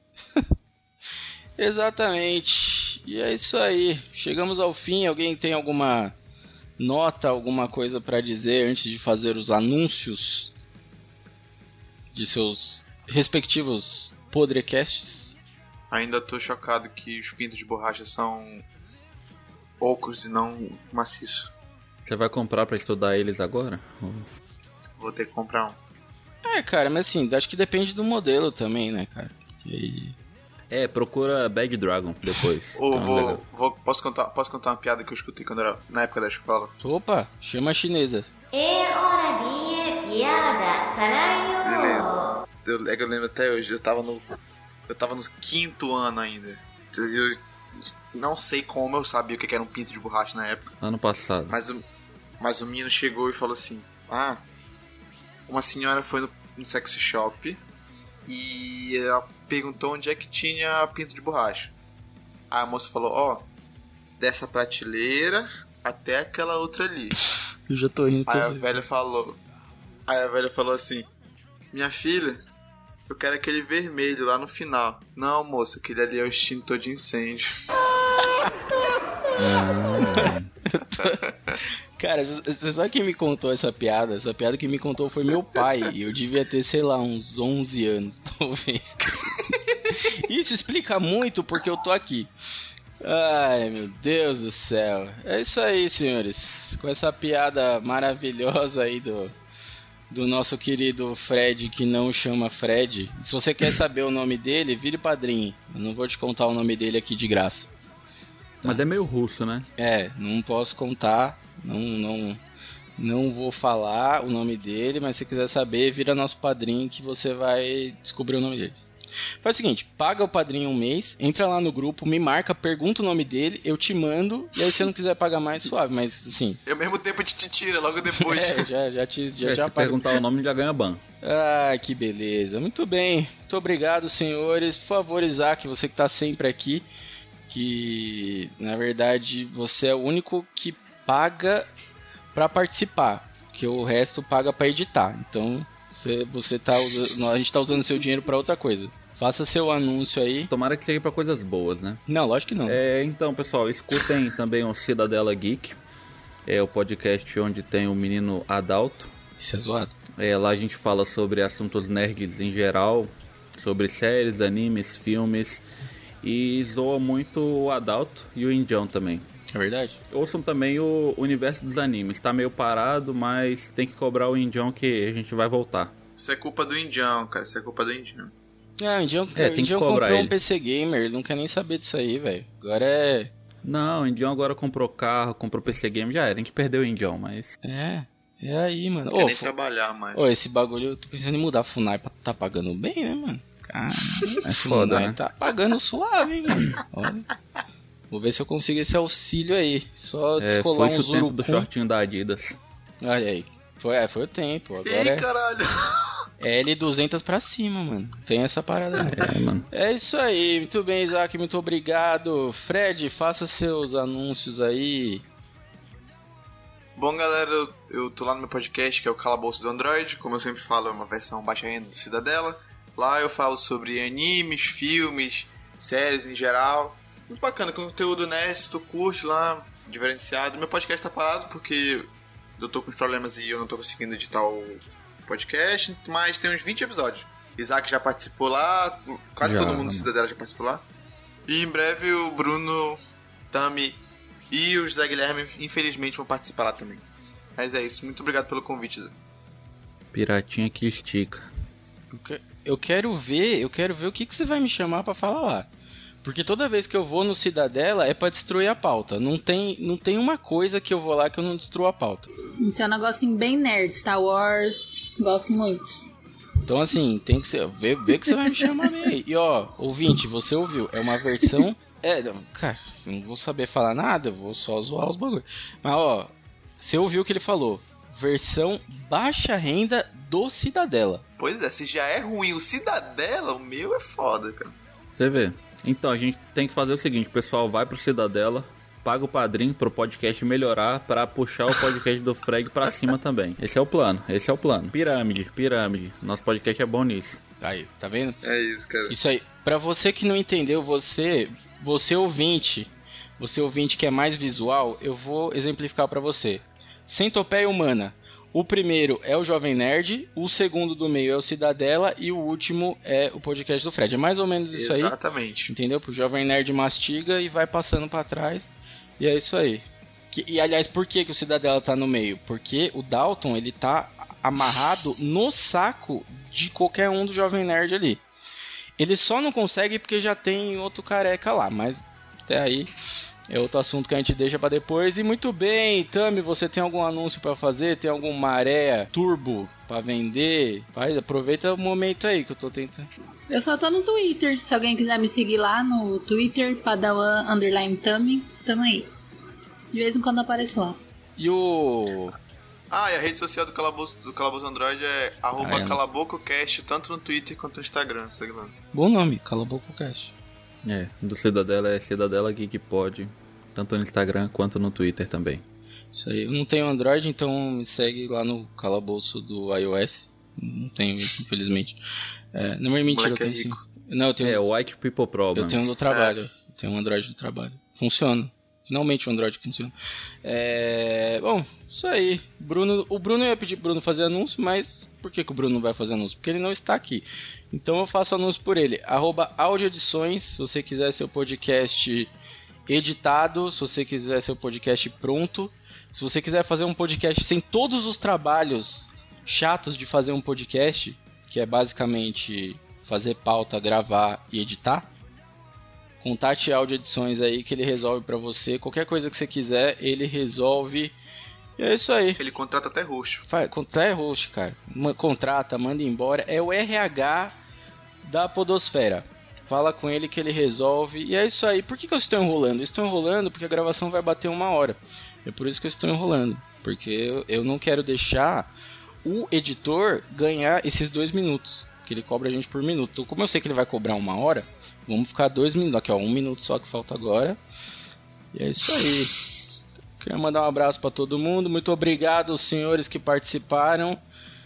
Exatamente. E é isso aí. Chegamos ao fim. Alguém tem alguma nota, alguma coisa pra dizer antes de fazer os anúncios de seus respectivos podrecasts? Ainda tô chocado que os pintos de borracha são ocos e não maciço. Você vai comprar pra estudar eles agora? Vou ter que comprar um. É, cara, mas assim, acho que depende do modelo também, né, cara? E... É, procura Bad Dragon depois. Ou Então, legal. vou, vou, posso, contar, posso contar uma piada que eu escutei quando era na época da escola? Opa, chama a chinesa. É hora de piada, caralho! Beleza. Eu, é que eu lembro até hoje, eu tava no. Eu tava no quinto ano ainda. Eu não sei como eu sabia o que era um pinto de borracha na época. Ano passado. Mas o, mas o menino chegou e falou assim: Ah, uma senhora foi no, no sex shop e ela perguntou onde é que tinha pinto de borracha. Aí a moça falou: Ó, oh, dessa prateleira até aquela outra ali. Eu já tô rindo. Aí a velha falou: Aí a velha falou assim: Minha filha, eu quero aquele vermelho lá no final. Não, moça, aquele ali é o extintor de incêndio. Cara, você sabe quem me contou essa piada? Essa piada que me contou foi meu pai. E eu devia ter, sei lá, uns onze anos, talvez. Isso explica muito porque eu tô aqui. Ai, meu Deus do céu. É isso aí, senhores. Com essa piada maravilhosa aí do, do nosso querido Fred, que não chama Fred. Se você quer saber o nome dele, vire padrinho. Eu não vou te contar o nome dele aqui de graça. Mas é meio russo, né? É, não posso contar, não, não, não vou falar o nome dele, mas se quiser saber, vira nosso padrinho que você vai descobrir o nome dele. Faz o seguinte, paga o padrinho um mês, entra lá no grupo, me marca, pergunta o nome dele, eu te mando, e aí se você não quiser pagar mais, suave, mas assim... E ao mesmo tempo te, te tira logo depois. É, já, já te já, É, já se paga. perguntar o nome, já ganha ban. Ah, que beleza, muito bem, muito obrigado, senhores. Por favor, Isaac, você que tá sempre aqui, que na verdade você é o único que paga pra participar, que o resto paga pra editar. Então você, você tá usando, a gente tá usando seu dinheiro pra outra coisa. Faça seu anúncio aí. Tomara que seja pra coisas boas, né? Não, lógico que não. É, então, pessoal, escutem também o Cidadela Geek. É o podcast onde tem o menino Adalto. Isso é zoado. É, lá a gente fala sobre assuntos nerds em geral, sobre séries, animes, filmes, e zoa muito o Adalto e o Indião também. É verdade? Ouçam também o universo dos animes. Tá meio parado, mas tem que cobrar o Indião que a gente vai voltar. Isso é culpa do Indião, cara. Isso é culpa do Indião. É, o Indião, É, o tem que Indião cobrar comprou ele. um P C Gamer, ele não quer nem saber disso aí, velho. Agora é... Não, o Indião agora comprou carro, comprou P C Game, já era. A gente perdeu o Indião, mas... É, é aí, mano. Não quer Ô, nem fu- trabalhar mais. Ô, esse bagulho, eu tô pensando em mudar a Funai pra tá pagando bem, né, mano? Cara, a Foda, Funai né? tá pagando suave, hein, mano. Olha. Vou ver se eu consigo esse auxílio aí. Só É, descolar foi uns isso o tempo do urucum. shortinho da Adidas. Olha aí. Foi, é, foi o tempo. Agora Ih, é, caralho. é L duzentos pra cima, mano. Tem essa parada. Né? É, mano. É isso aí. Muito bem, Isaac. Muito obrigado. Fred, faça seus anúncios aí. Bom, galera, eu, eu tô lá no meu podcast, que é o Calabouço do Android. Como eu sempre falo, é uma versão baixa renda do Cidadela. Lá eu falo sobre animes, filmes, séries em geral. Muito bacana, conteúdo nerd, se tu curte lá, diferenciado. Meu podcast tá parado porque eu tô com uns problemas e eu não tô conseguindo editar o podcast, mas tem uns vinte episódios. Isaac já participou lá, quase Já, todo mundo do mano. Cidadela já participou lá. E em breve o Bruno, Tami e o José Guilherme, infelizmente, vão participar lá também. Mas é isso, muito obrigado pelo convite, Zé. Piratinha que estica. Eu que- Eu quero ver, eu quero ver o que, que você vai me chamar pra falar lá. Porque toda vez que eu vou no Cidadela é pra destruir a pauta. Não tem, não tem uma coisa que eu vou lá que eu não destruo a pauta. Isso é um negocinho bem nerd. Star Wars, gosto muito. Então assim, tem que ser. Vê, vê que você vai me chamar bem aí. E ó, ouvinte, você ouviu? É uma versão. É, não, cara, eu não vou saber falar nada, eu vou só zoar os bagulhos. Mas ó, você ouviu o que ele falou? Versão baixa renda do Cidadela. Pois é, se já é ruim o Cidadela, o meu é foda, cara. Você vê. Então, a gente tem que fazer o seguinte, o pessoal vai pro Cidadela, paga o padrinho pro podcast melhorar pra puxar o podcast do Freg pra cima também. Esse é o plano, esse é o plano. Pirâmide, pirâmide. Nosso podcast é bom nisso. Aí, tá vendo? É isso, cara. Isso aí. Pra você que não entendeu, você, você ouvinte, você ouvinte que é mais visual, eu vou exemplificar pra você. Centopeia Humana. O primeiro é o Jovem Nerd, o segundo do meio é o Cidadela e o último é o podcast do Fred. É mais ou menos isso aí. Exatamente. Entendeu? O Jovem Nerd mastiga e vai passando pra trás. E é isso aí. Que- e aliás, por que, que o Cidadela tá no meio? Porque o Dalton, ele tá amarrado no saco de qualquer um do Jovem Nerd ali. Ele só não consegue porque já tem outro careca lá, mas até aí é outro assunto que a gente deixa pra depois. E muito bem, Tami, você tem algum anúncio pra fazer? Tem algum maré turbo pra vender? Vai, aproveita o momento aí que eu tô tentando. Eu só tô no Twitter. Se alguém quiser me seguir lá no Twitter, Padawan Underline Tami, tamo aí. De vez em quando eu apareço lá. E o... Ah, e a rede social do Calabouço, do Calabouço Android é arroba Ah, é. calabococast, tanto no Twitter quanto no Instagram, segue lá. Bom nome, Cala a Boca Cast. É, do Cidadela é Cidadela Geek Pod, tanto no Instagram quanto no Twitter também. Isso aí. Eu não tenho Android, então me segue lá no calabouço do iOS. Não tenho isso, infelizmente. É, não é mentira, eu Moleque é tenho sim. rico. Não, eu tenho, É, White People Problems. eu tenho um do trabalho. Eu tenho um Android do trabalho. Funciona. Finalmente o Android funciona. É... Bom, isso aí. Bruno, o Bruno ia pedir pro Bruno fazer anúncio, mas por que, que o Bruno não vai fazer anúncio? Porque ele não está aqui. Então eu faço anúncio por ele. Arroba Audioedições, se você quiser seu podcast editado, se você quiser seu podcast pronto, se você quiser fazer um podcast sem todos os trabalhos chatos de fazer um podcast, que é basicamente fazer pauta, gravar e editar, contate Áudio Edições aí que ele resolve pra você. Qualquer coisa que você quiser, ele resolve. E é isso aí. Ele contrata até roxo. Faz, contra- é host, cara. Ma- Contrata, manda embora. É o R H da Podosfera. Fala com ele que ele resolve. E é isso aí. Por que, que eu estou enrolando? Eu estou enrolando porque a gravação vai bater uma hora. É por isso que eu estou enrolando. Porque eu, eu não quero deixar o editor ganhar esses dois minutos. Que ele cobra a gente por minuto. Então, como eu sei que ele vai cobrar uma hora, vamos ficar dois minutos. Aqui, ó. Um minuto só que falta agora. E é isso aí. Queria mandar um abraço para todo mundo. Muito obrigado aos senhores que participaram.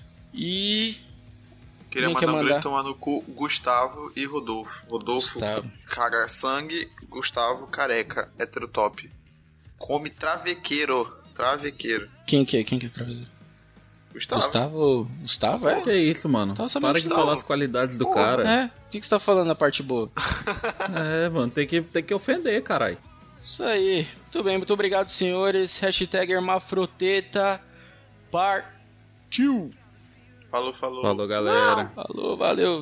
E... Queria Quem mandar quer um mandar? beijo tomar no cu Gustavo e Rodolfo. Rodolfo, Gustavo. caga sangue. Gustavo, careca, heterotop. Come travequeiro. Travequeiro. Quem que é? Quem que é travequeiro? Gustavo. Gustavo? Gustavo, é? Que isso, mano? Tava sabendo Para de Gustavo. falar as qualidades do Porra, cara. É? O que, que você tá falando na parte boa? É, mano, tem que, tem que ofender, caralho. Isso aí. Muito bem, muito obrigado, senhores. Hashtag Hermafroteta partiu. Falou, falou. Falou, galera. Falou, valeu.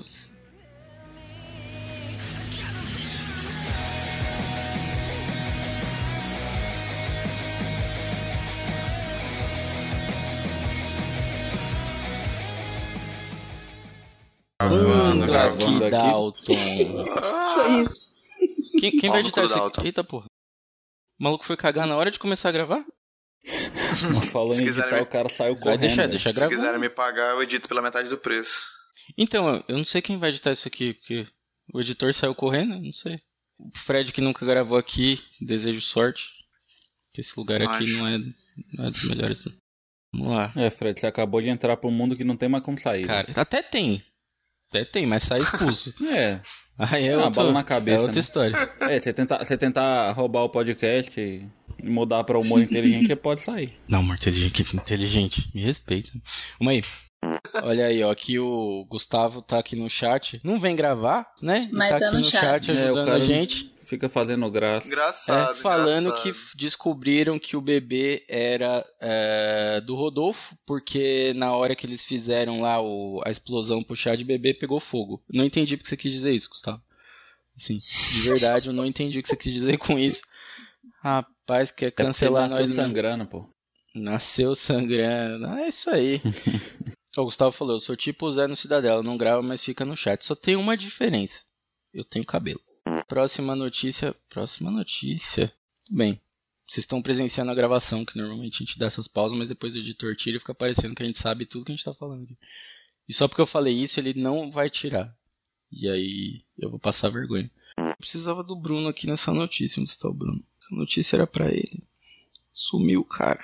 Gravando, Anda aqui, gravando aqui. Dalton. Foi isso. Quem, quem Pau vai no editar cu, isso Dalton. aqui? Eita porra. O maluco foi cagar na hora de começar a gravar? Falou Se em quiserem editar, me- o cara saiu Vai correndo. deixar, velho. deixa Se gravar. quiserem me pagar, eu edito pela metade do preço. Então, eu não sei quem vai editar isso aqui, porque o editor saiu correndo, não sei. O Fred que nunca gravou aqui, desejo sorte. Que esse lugar aqui Acho. não é, não é dos melhores. Não. Vamos lá. É, Fred, você acabou de entrar pro mundo que não tem mais como sair. Cara, até tem. Até tem, mas sai expulso. É, Aí é uma outra, bala na cabeça, é outra né? história. é, você tentar, você tentar roubar o podcast e mudar pra humor inteligente, você pode sair. Não, amor, inteligente, inteligente. Me respeita. Vamos aí. Olha aí, ó. Aqui o Gustavo tá aqui no chat. Não vem gravar, né? E Mas tá tá aqui no no chat. chat É, o ajudando cara a gente. Fica fazendo graça. Engraçado, É, falando engraçado. que descobriram que o bebê era é, do Rodolfo, porque na hora que eles fizeram lá o, a explosão pro chá de bebê, pegou fogo. Não entendi porque você quis dizer isso, Gustavo. Assim, de verdade, eu não entendi o que você quis dizer com isso. Rapaz, quer É porque cancelar nasceu nós. sangrando, pô. Nasceu sangrando. Ah, é isso aí. O Gustavo falou, eu sou tipo o Zé no Cidadela, não grava, mas fica no chat. Só tem uma diferença. Eu tenho cabelo. Próxima notícia. Próxima notícia. Tudo bem. Vocês estão presenciando a gravação, que normalmente a gente dá essas pausas, mas depois o editor tira e fica parecendo que a gente sabe tudo que a gente tá falando aqui. E só porque eu falei isso, ele não vai tirar. E aí eu vou passar vergonha. Eu precisava do Bruno aqui nessa notícia. Onde está o Bruno? Essa notícia era pra ele. Sumiu, cara.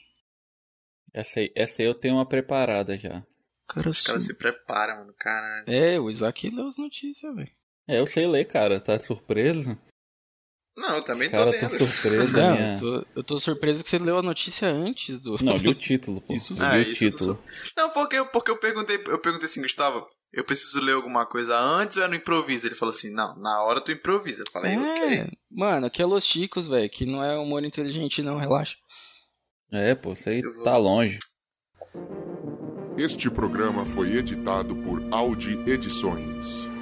Essa aí, essa aí eu tenho uma preparada já. O cara Os caras sumiu. se preparam, mano, caralho. É, o Isaac leu as notícias, velho. É, eu sei ler, cara. Tá surpreso? Não, eu também tô Cara, lendo. tô surpreso da Não, minha... eu tô, eu tô surpreso que você leu a notícia antes do... Não, li o título, pô. Isso li Ah, o isso eu tô título. Não, porque, porque eu perguntei, eu perguntei assim, Gustavo, eu preciso ler alguma coisa antes ou é no improviso? Ele falou assim, não, na hora tu improvisa. Eu falei, É, ok. mano, aqui é Los Chicos, velho, que não é humor inteligente não, relaxa. É, pô, isso aí Eu vou- tá longe. Este programa foi editado por Audi Edições.